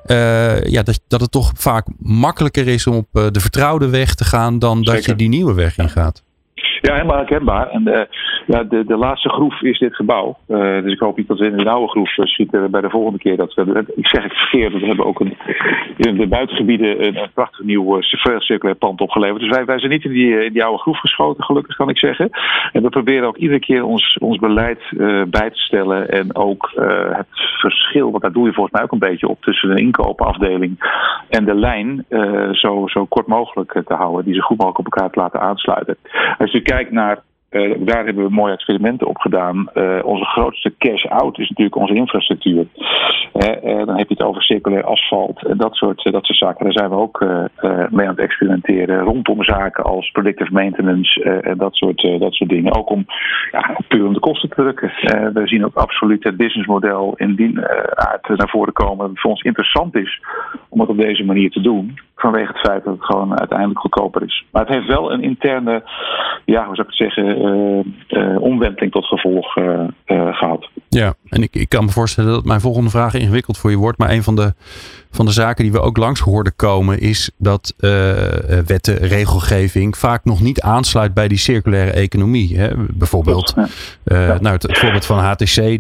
dat het toch vaak makkelijker is om op de vertrouwde weg te gaan dan dat je die nieuwe weg ingaat. Ja, helemaal herkenbaar. En de laatste groef is dit gebouw. Dus ik hoop niet dat we in de oude groef schieten bij de volgende keer. Ik zeg het verkeerd, we hebben ook in de buitengebieden een prachtig nieuw circulair pand opgeleverd. Dus wij zijn niet in die oude groef geschoten, gelukkig kan ik zeggen. En we proberen ook iedere keer ons beleid bij te stellen. En ook het verschil, want daar doe je volgens mij ook een beetje op, tussen een inkoopafdeling en de lijn zo kort mogelijk te houden. Die zo goed mogelijk op elkaar te laten aansluiten. Als je kijkt naar, daar hebben we mooie experimenten op gedaan. Onze grootste cash-out is natuurlijk onze infrastructuur. Dan heb je het over circulair asfalt en dat soort zaken. Daar zijn we ook mee aan het experimenteren. Rondom zaken als predictive maintenance en dat soort dingen. Ook om puur om de kosten te drukken. We zien ook absoluut het businessmodel in die aard naar voren komen. Het voor ons interessant is om het op deze manier te doen. Vanwege het feit dat het gewoon uiteindelijk goedkoper is. Maar het heeft wel een interne, hoe zou ik het zeggen, omwenteling tot gevolg gehad. Ja, en ik kan me voorstellen dat mijn volgende vraag ingewikkeld voor je wordt. Maar een van de zaken die we ook langs hoorden komen is dat wetten, regelgeving vaak nog niet aansluit bij die circulaire economie. Hè? Bijvoorbeeld het voorbeeld van HTC,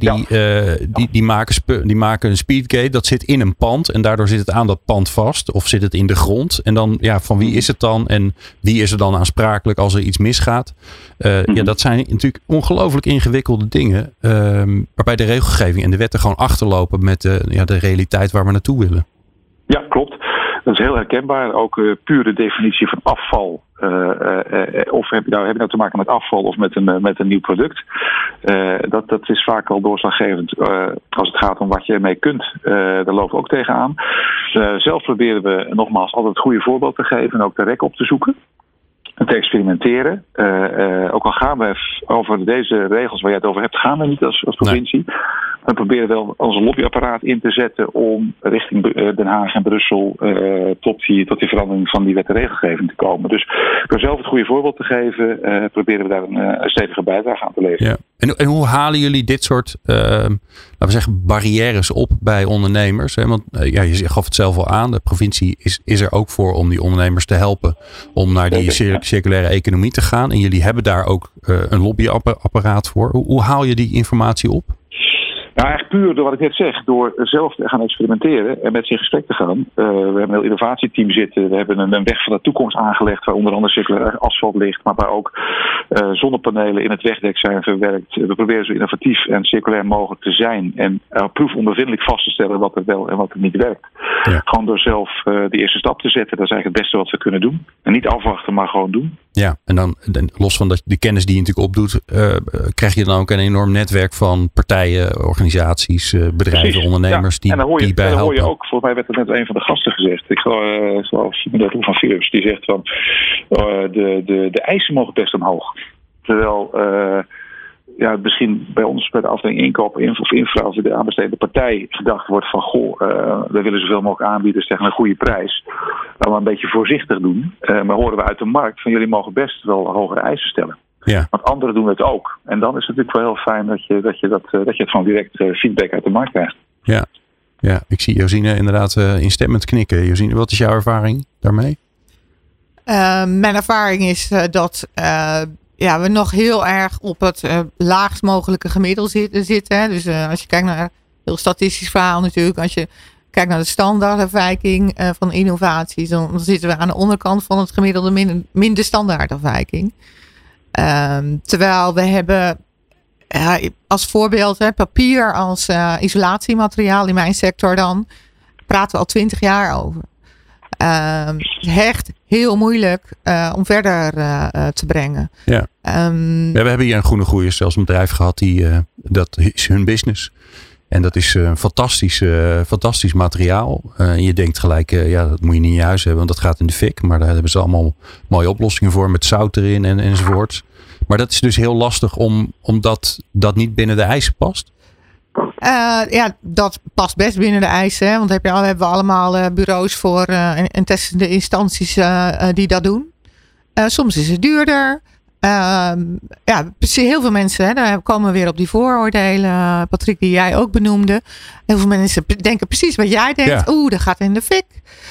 die maken een speedgate, dat zit in een pand en daardoor zit het aan dat pand vast of zit het in de grond. En dan, van wie is het dan en wie is er dan aansprakelijk als er iets misgaat? Dat zijn natuurlijk ongelooflijk ingewikkelde dingen, waarbij de regelgeving en de wetten gewoon achterlopen met de realiteit waar we naartoe willen. Ja, klopt. Dat is heel herkenbaar. Ook puur de definitie van afval. Of heb je nou te maken met afval of met een nieuw product. Dat is vaak al doorslaggevend als het gaat om wat je ermee kunt. Daar lopen we ook tegenaan. Zelf proberen we nogmaals altijd het goede voorbeeld te geven en ook de rek op te zoeken. En te experimenteren. Ook al gaan we over deze regels waar jij het over hebt, gaan we niet als provincie. Nee. We proberen wel onze lobbyapparaat in te zetten om richting Den Haag en Brussel tot die verandering van die wet en regelgeving te komen. Dus door zelf het goede voorbeeld te geven, proberen we daar een stevige bijdrage aan te leveren. Ja. En hoe halen jullie dit soort laten we zeggen, barrières op bij ondernemers? Hè? Want je gaf het zelf al aan, de provincie is er ook voor om die ondernemers te helpen om naar die circulaire economie te gaan. En jullie hebben daar ook een lobbyapparaat voor. Hoe haal je die informatie op? Nou, eigenlijk puur door wat ik net zeg, door zelf te gaan experimenteren en met ze in gesprek te gaan. We hebben een heel innovatieteam zitten. We hebben een weg van de toekomst aangelegd waar onder andere circulair asfalt ligt, maar waar ook zonnepanelen in het wegdek zijn verwerkt. We proberen zo innovatief en circulair mogelijk te zijn en proefondervindelijk vast te stellen wat er wel en wat er niet werkt. Ja. Gewoon door zelf de eerste stap te zetten, dat is eigenlijk het beste wat we kunnen doen. En niet afwachten, maar gewoon doen. Ja, en dan los van de kennis die je natuurlijk opdoet, krijg je dan ook een enorm netwerk van partijen, organisaties, bedrijven, Precies. ondernemers die bij helpen. En dan hoor je ook, volgens mij werd het net een van de gasten gezegd. Ik geloof meneer Roel van Philips, die zegt van de eisen mogen best omhoog. Terwijl misschien bij ons bij de afdeling inkoop of infra of de aanbestedende partij gedacht wordt van we willen zoveel mogelijk aanbieden tegen een goede prijs. Laten we een beetje voorzichtig doen. Maar horen we uit de markt van jullie mogen best wel hogere eisen stellen. Ja. Want anderen doen het ook. En dan is het natuurlijk wel heel fijn dat je het gewoon direct feedback uit de markt krijgt. Ja, ik zie Josine inderdaad instemmend knikken. Josine, wat is jouw ervaring daarmee? Mijn ervaring is dat we nog heel erg op het laagst mogelijke gemiddelde zitten. Hè. Dus als je kijkt naar een heel statistisch verhaal natuurlijk. Als je kijkt naar de standaardafwijking van innovaties, dan zitten we aan de onderkant van het gemiddelde min de standaardafwijking. Terwijl we hebben als voorbeeld papier als isolatiemateriaal in mijn sector, dan praten we al 20 jaar over. Echt heel moeilijk om verder te brengen. Ja. We hebben hier een Groene Groeiers, zelfs een bedrijf gehad dat is hun business. En dat is een fantastisch materiaal. Je denkt gelijk, dat moet je niet in je huis hebben, want dat gaat in de fik. Maar daar hebben ze allemaal mooie oplossingen voor met zout erin enzovoort. Maar dat is dus heel lastig omdat dat niet binnen de eisen past. Dat past best binnen de eisen. Hè? Want hebben we allemaal bureaus voor en testende instanties die dat doen. Soms is het duurder. Heel veel mensen, hè, daar komen we weer op die vooroordelen. Patrick, die jij ook benoemde. Heel veel mensen denken precies wat jij denkt. Ja. Dat gaat in de fik.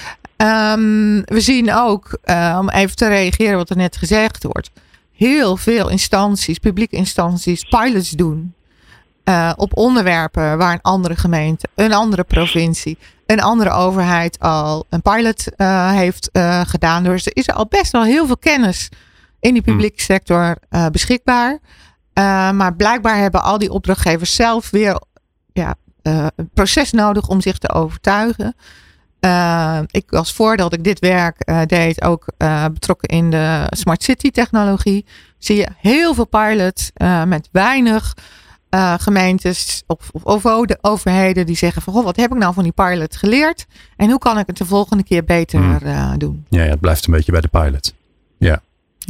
We zien ook, om even te reageren wat er net gezegd wordt. Heel veel instanties, publieke instanties, pilots doen. Op onderwerpen waar een andere gemeente, een andere provincie, een andere overheid al een pilot heeft gedaan. Dus er is al best wel heel veel kennis in die publieke sector beschikbaar. Maar blijkbaar hebben al die opdrachtgevers zelf weer een proces nodig om zich te overtuigen. Ik was voordat ik dit werk deed ook betrokken in de Smart City technologie. Zie je heel veel pilots met weinig gemeentes of overheden die zeggen van wat heb ik nou van die pilot geleerd en hoe kan ik het de volgende keer beter doen? Ja, het blijft een beetje bij de pilot. Ja.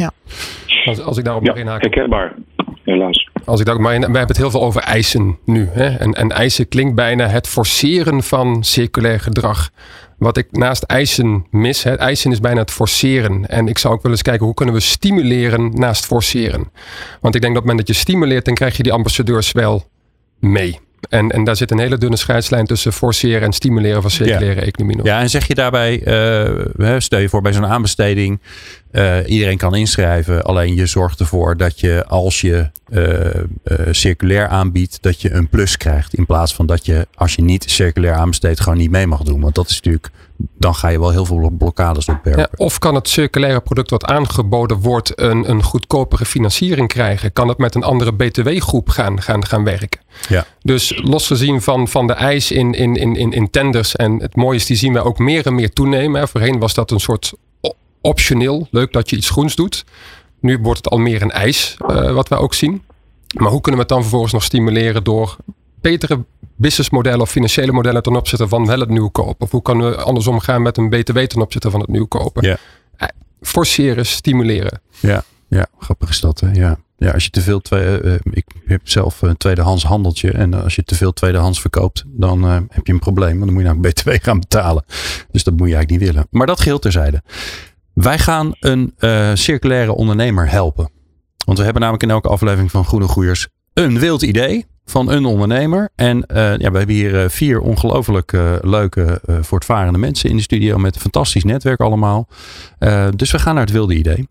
Als ik daarop mag inhaken. Herkenbaar, helaas. Als ik daarop mag inhaken, we hebben het heel veel over eisen nu. Hè? En eisen klinkt bijna het forceren van circulair gedrag. Wat ik naast eisen mis, eisen is bijna het forceren. En ik zou ook wel eens kijken, hoe kunnen we stimuleren naast forceren? Want ik denk dat op het moment dat je stimuleert, dan krijg je die ambassadeurs wel mee. En daar zit een hele dunne scheidslijn tussen forceren en stimuleren van circulaire economie nog. Ja, en zeg je daarbij, stel je voor bij zo'n aanbesteding, iedereen kan inschrijven. Alleen je zorgt ervoor dat je als je circulair aanbiedt, dat je een plus krijgt. In plaats van dat je, als je niet circulair aanbesteedt, gewoon niet mee mag doen. Want dat is natuurlijk, dan ga je wel heel veel blokkades opwerpen. Ja, of kan het circulaire product wat aangeboden wordt een goedkopere financiering krijgen? Kan het met een andere BTW-groep gaan werken? Ja. Dus losgezien van de eis in tenders. En het mooie is, die zien we ook meer en meer toenemen. Voorheen was dat een soort optioneel. Leuk dat je iets groens doet. Nu wordt het al meer een eis, wat we ook zien. Maar hoe kunnen we het dan vervolgens nog stimuleren door betere businessmodellen of financiële modellen ten opzichte van wel het nieuw kopen? Of hoe kunnen we andersom gaan met een BTW ten opzichte van het nieuw kopen? Ja. Forceren, stimuleren. Ja, grappig is dat. Hè? Ja, als je te veel ik heb zelf een tweedehands handeltje. En als je te veel tweedehands verkoopt, dan heb je een probleem. Want dan moet je nou BTW gaan betalen. Dus dat moet je eigenlijk niet willen. Maar dat geheel terzijde. Wij gaan een circulaire ondernemer helpen. Want we hebben namelijk in elke aflevering van Groene Groeiers een wild idee van een ondernemer. En we hebben hier 4 ongelooflijk leuke voortvarende mensen in de studio met een fantastisch netwerk allemaal. Dus we gaan naar het wilde idee.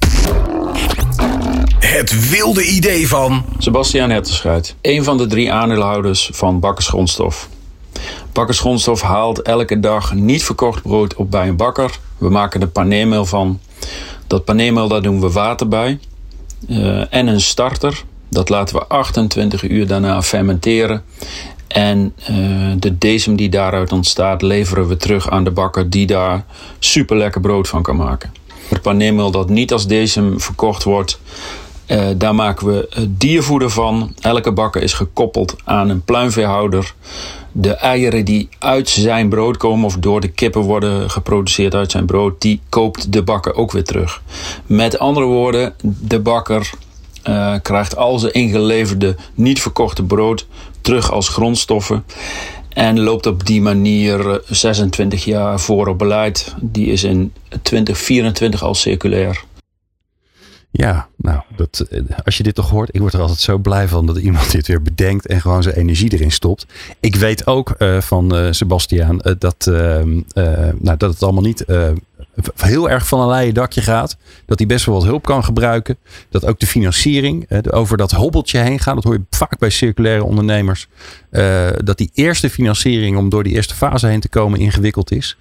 Het wilde idee van Sebastiaan Hertenschuit, een van de 3 aandeelhouders van Bakkers Grondstof. Bakkers Grondstof haalt elke dag niet verkocht brood op bij een bakker. We maken er paneermeel van. Dat paneermeel, daar doen we water bij. En een starter. Dat laten we 28 uur daarna fermenteren. En de decem die daaruit ontstaat, leveren we terug aan de bakker die daar super lekker brood van kan maken. Het paneermeel dat niet als decem verkocht wordt, daar maken we diervoeder van. Elke bakker is gekoppeld aan een pluimveehouder. De eieren die uit zijn brood komen of door de kippen worden geproduceerd uit zijn brood, die koopt de bakker ook weer terug. Met andere woorden, de bakker krijgt al zijn ingeleverde, niet verkochte brood terug als grondstoffen. En loopt op die manier 26 jaar voor op beleid. Die is in 2024 al circulair. Ja, nou, als je dit toch hoort, ik word er altijd zo blij van dat iemand dit weer bedenkt en gewoon zijn energie erin stopt. Ik weet ook van Sebastiaan dat het allemaal niet heel erg van een leien dakje gaat. Dat hij best wel wat hulp kan gebruiken. Dat ook de financiering over dat hobbeltje heen gaat. Dat hoor je vaak bij circulaire ondernemers. Dat die eerste financiering om door die eerste fase heen te komen ingewikkeld is.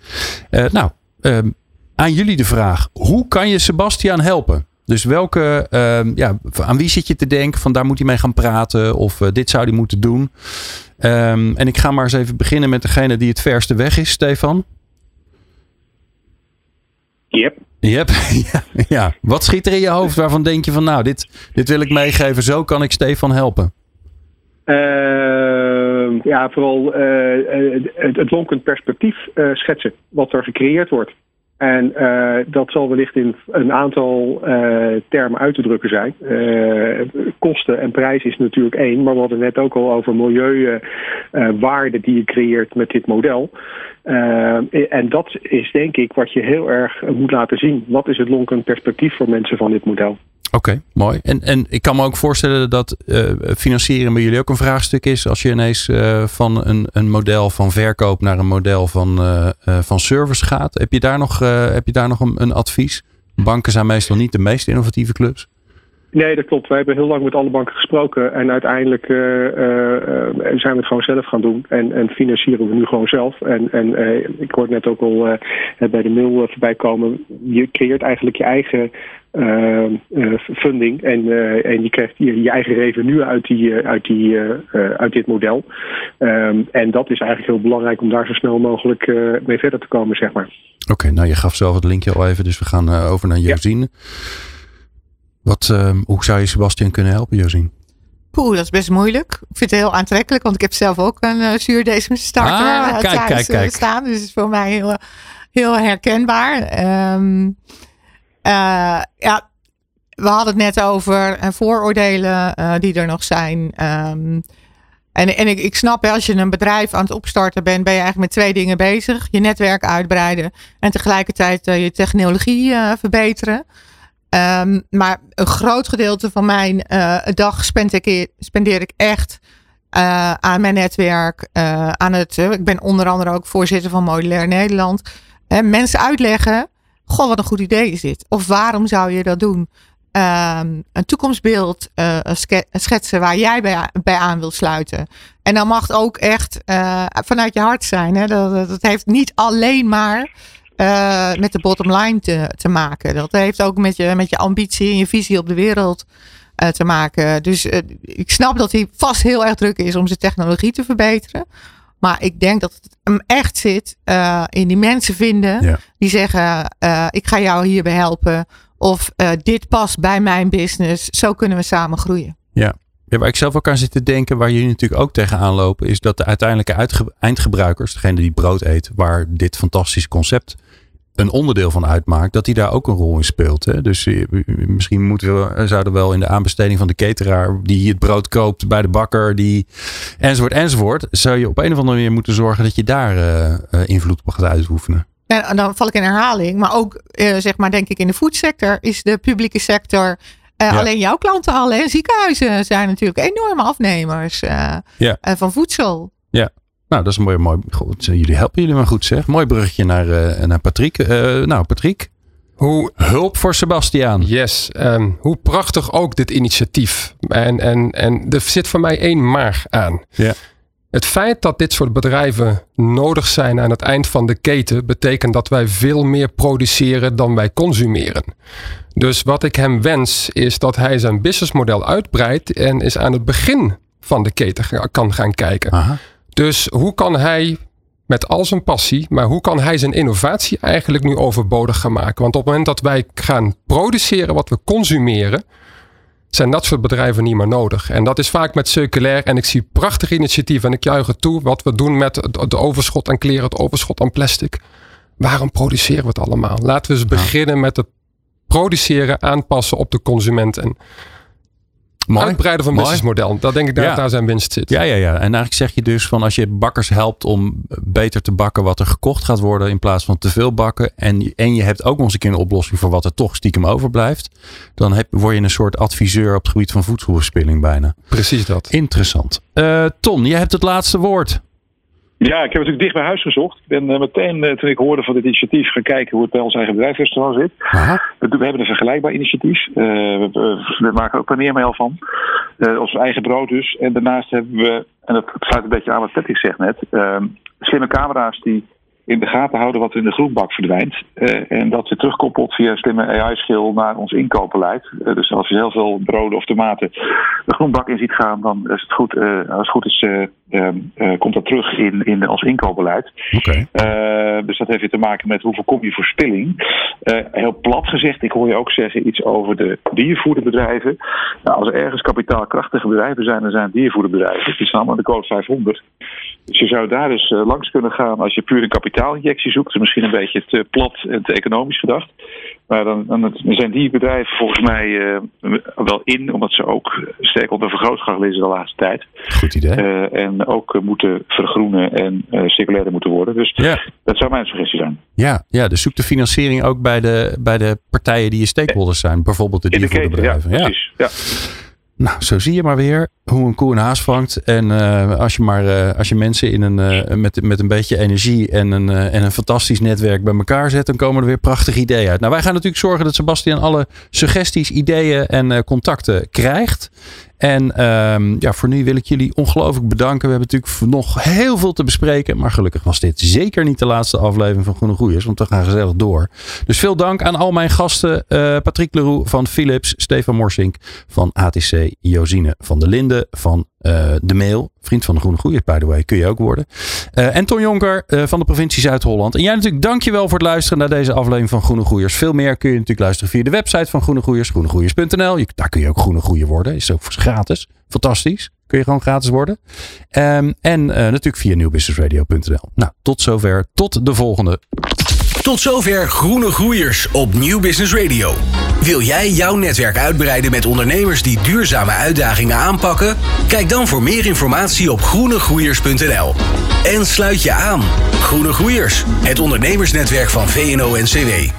Aan jullie de vraag. Hoe kan je Sebastiaan helpen? Dus aan wie zit je te denken van daar moet hij mee gaan praten of dit zou hij moeten doen? En ik ga maar eens even beginnen met degene die het verste weg is, Stefan. Yep. Ja. Wat schiet er in je hoofd waarvan denk je van nou, dit wil ik meegeven, zo kan ik Stefan helpen? vooral het lonkend perspectief schetsen wat er gecreëerd wordt. En dat zal wellicht in een aantal termen uit te drukken zijn. Kosten en prijs is natuurlijk één, maar we hadden net ook al over milieuwaarde die je creëert met dit model. En dat is denk ik wat je heel erg moet laten zien. Wat is het lonkend perspectief voor mensen van dit model? Oké, mooi. En ik kan me ook voorstellen dat financieren bij jullie ook een vraagstuk is. Als je ineens van een model van verkoop naar een model van service gaat. Heb je daar nog een advies? Banken zijn meestal niet de meest innovatieve clubs. Nee, dat klopt. Wij hebben heel lang met alle banken gesproken. En uiteindelijk zijn we het gewoon zelf gaan doen. En financieren we nu gewoon zelf. En ik hoorde net ook al bij de mail voorbij komen. Je creëert eigenlijk je eigen funding. En je krijgt je eigen revenue uit dit model. En dat is eigenlijk heel belangrijk om daar zo snel mogelijk mee verder te komen, zeg maar. Oké, nou je gaf zelf het linkje al even. Dus we gaan over naar Josine. Hoe zou je Sebastian kunnen helpen, Josine? Dat is best moeilijk. Ik vind het heel aantrekkelijk, want ik heb zelf ook een zuurdesem starter thuis staan. Dus het is voor mij heel, heel herkenbaar. We hadden het net over vooroordelen die er nog zijn. En ik snap, als je een bedrijf aan het opstarten bent, ben je eigenlijk met 2 dingen bezig. Je netwerk uitbreiden en tegelijkertijd je technologie verbeteren. Maar een groot gedeelte van mijn dag spendeer ik echt aan mijn netwerk. Ik ben onder andere ook voorzitter van Modulair Nederland. Mensen uitleggen, wat een goed idee is dit. Of waarom zou je dat doen? Een toekomstbeeld schetsen waar jij bij aan wil sluiten. En dan mag het ook echt vanuit je hart zijn. Hè? Dat heeft niet alleen maar met de bottom line te maken. Dat heeft ook met je ambitie en je visie op de wereld te maken. Dus ik snap dat hij vast heel erg druk is om zijn technologie te verbeteren. Maar ik denk dat het hem echt zit in die mensen vinden die zeggen, ik ga jou hierbij helpen. Of dit past bij mijn business. Zo kunnen we samen groeien. Ja. Ja, waar ik zelf ook aan zit te denken, waar jullie natuurlijk ook tegenaan lopen, is dat de uiteindelijke eindgebruikers, degene die brood eet, waar dit fantastische concept een onderdeel van uitmaakt, dat die daar ook een rol in speelt. Hè? Dus misschien zouden we wel in de aanbesteding van de cateraar die het brood koopt bij de bakker, enzovoort, zou je op een of andere manier moeten zorgen dat je daar invloed op gaat uitoefenen. En dan val ik in herhaling, maar ook denk ik in de foodsector is de publieke sector alleen jouw klanten al. Hè? Ziekenhuizen zijn natuurlijk enorme afnemers van voedsel. Ja. Nou, dat is een mooi. Goed, jullie helpen jullie maar goed, zeg. Mooi bruggetje naar Patrick. Patrick. Hulp voor Sebastian. Yes. Hoe prachtig ook dit initiatief. En er zit voor mij 1 maar aan. Ja. Het feit dat dit soort bedrijven nodig zijn aan het eind van de keten, betekent dat wij veel meer produceren dan wij consumeren. Dus wat ik hem wens is dat hij zijn businessmodel uitbreidt en is aan het begin van de keten kan gaan kijken. Aha. Dus hoe kan hij met al zijn passie, maar hoe kan hij zijn innovatie eigenlijk nu overbodig gaan maken? Want op het moment dat wij gaan produceren wat we consumeren, zijn dat soort bedrijven niet meer nodig. En dat is vaak met circulair. En ik zie prachtige initiatieven en ik juich het toe. Wat we doen met het overschot aan kleren, het overschot aan plastic. Waarom produceren we het allemaal? Laten we eens beginnen met het produceren, aanpassen op de consument. En uitbreiden van businessmodel. Dat denk ik dat daar zijn winst zit. Ja. En eigenlijk zeg je dus van als je bakkers helpt om beter te bakken wat er gekocht gaat worden in plaats van te veel bakken. En je hebt ook nog eens een keer een oplossing voor wat er toch stiekem overblijft. Dan word je een soort adviseur op het gebied van voedselverspilling bijna. Precies dat. Interessant. Ton, jij hebt het laatste woord. Ja, ik heb natuurlijk dicht bij huis gezocht. Ik ben meteen, toen ik hoorde van dit initiatief, gaan kijken hoe het bij ons eigen bedrijfsrestaurant zit. We hebben een vergelijkbaar initiatief. We maken ook paneermeel van. Ons eigen brood dus. En daarnaast hebben we, en dat sluit een beetje aan wat Patrick zegt net, slimme camera's die in de gaten houden wat in de groenbak verdwijnt. En dat weer terugkoppelt via een slimme AI-schil naar ons inkoopbeleid. Dus als je heel veel broden of tomaten de groenbak in ziet gaan, dan is het goed. Als het goed is, komt dat terug in ons inkoopbeleid. Okay. Dus dat heeft weer te maken met hoe voorkom je verspilling. Heel plat gezegd, ik hoor je ook zeggen iets over de diervoederbedrijven. Nou, als er ergens kapitaalkrachtige bedrijven zijn, dan zijn het diervoederbedrijven. Die staan allemaal in de code 500. Dus je zou daar dus langs kunnen gaan als je puur een kapitaalinjectie zoekt. Dus misschien een beetje te plat en te economisch gedacht. Maar dan zijn die bedrijven volgens mij wel in, omdat ze ook sterk onder vergrootglas liggen de laatste tijd. Goed idee. En ook moeten vergroenen en circulairder moeten worden. Dus dat zou mijn suggestie zijn. Ja, dus zoek de financiering ook bij de partijen die je stakeholders zijn. Bijvoorbeeld de diervoederbedrijven. Ja, precies. Ja. Nou, zo zie je maar weer hoe een koe een haas vangt. En als je mensen met een beetje energie en een fantastisch netwerk bij elkaar zet, dan komen er weer prachtige ideeën uit. Nou, wij gaan natuurlijk zorgen dat Sebastian alle suggesties, ideeën en contacten krijgt. En voor nu wil ik jullie ongelooflijk bedanken. We hebben natuurlijk nog heel veel te bespreken. Maar gelukkig was dit zeker niet de laatste aflevering van Groene Groeiers. Want we gaan gezellig door. Dus veel dank aan al mijn gasten. Patrick Leroux van Philips. Stefan Morsink van HTC. Josine van der Linden van De Mail. Vriend van de Groene Groeiers, by the way. Kun je ook worden. En Ton Jonker van de provincie Zuid-Holland. En jij natuurlijk dankjewel voor het luisteren naar deze aflevering van Groene Groeiers. Veel meer kun je natuurlijk luisteren via de website van Groene Groeiers. groenegroeiers.nl. Daar kun je ook Groene Groeier worden. Is ook gratis. Fantastisch. Kun je gewoon gratis worden. En natuurlijk via nieuwbusinessradio.nl. Nou, tot zover. Tot de volgende. Tot zover Groene Groeiers op Nieuw Business Radio. Wil jij jouw netwerk uitbreiden met ondernemers die duurzame uitdagingen aanpakken? Kijk dan voor meer informatie op groenegroeiers.nl. En sluit je aan. Groene Groeiers, het ondernemersnetwerk van VNO-NCW.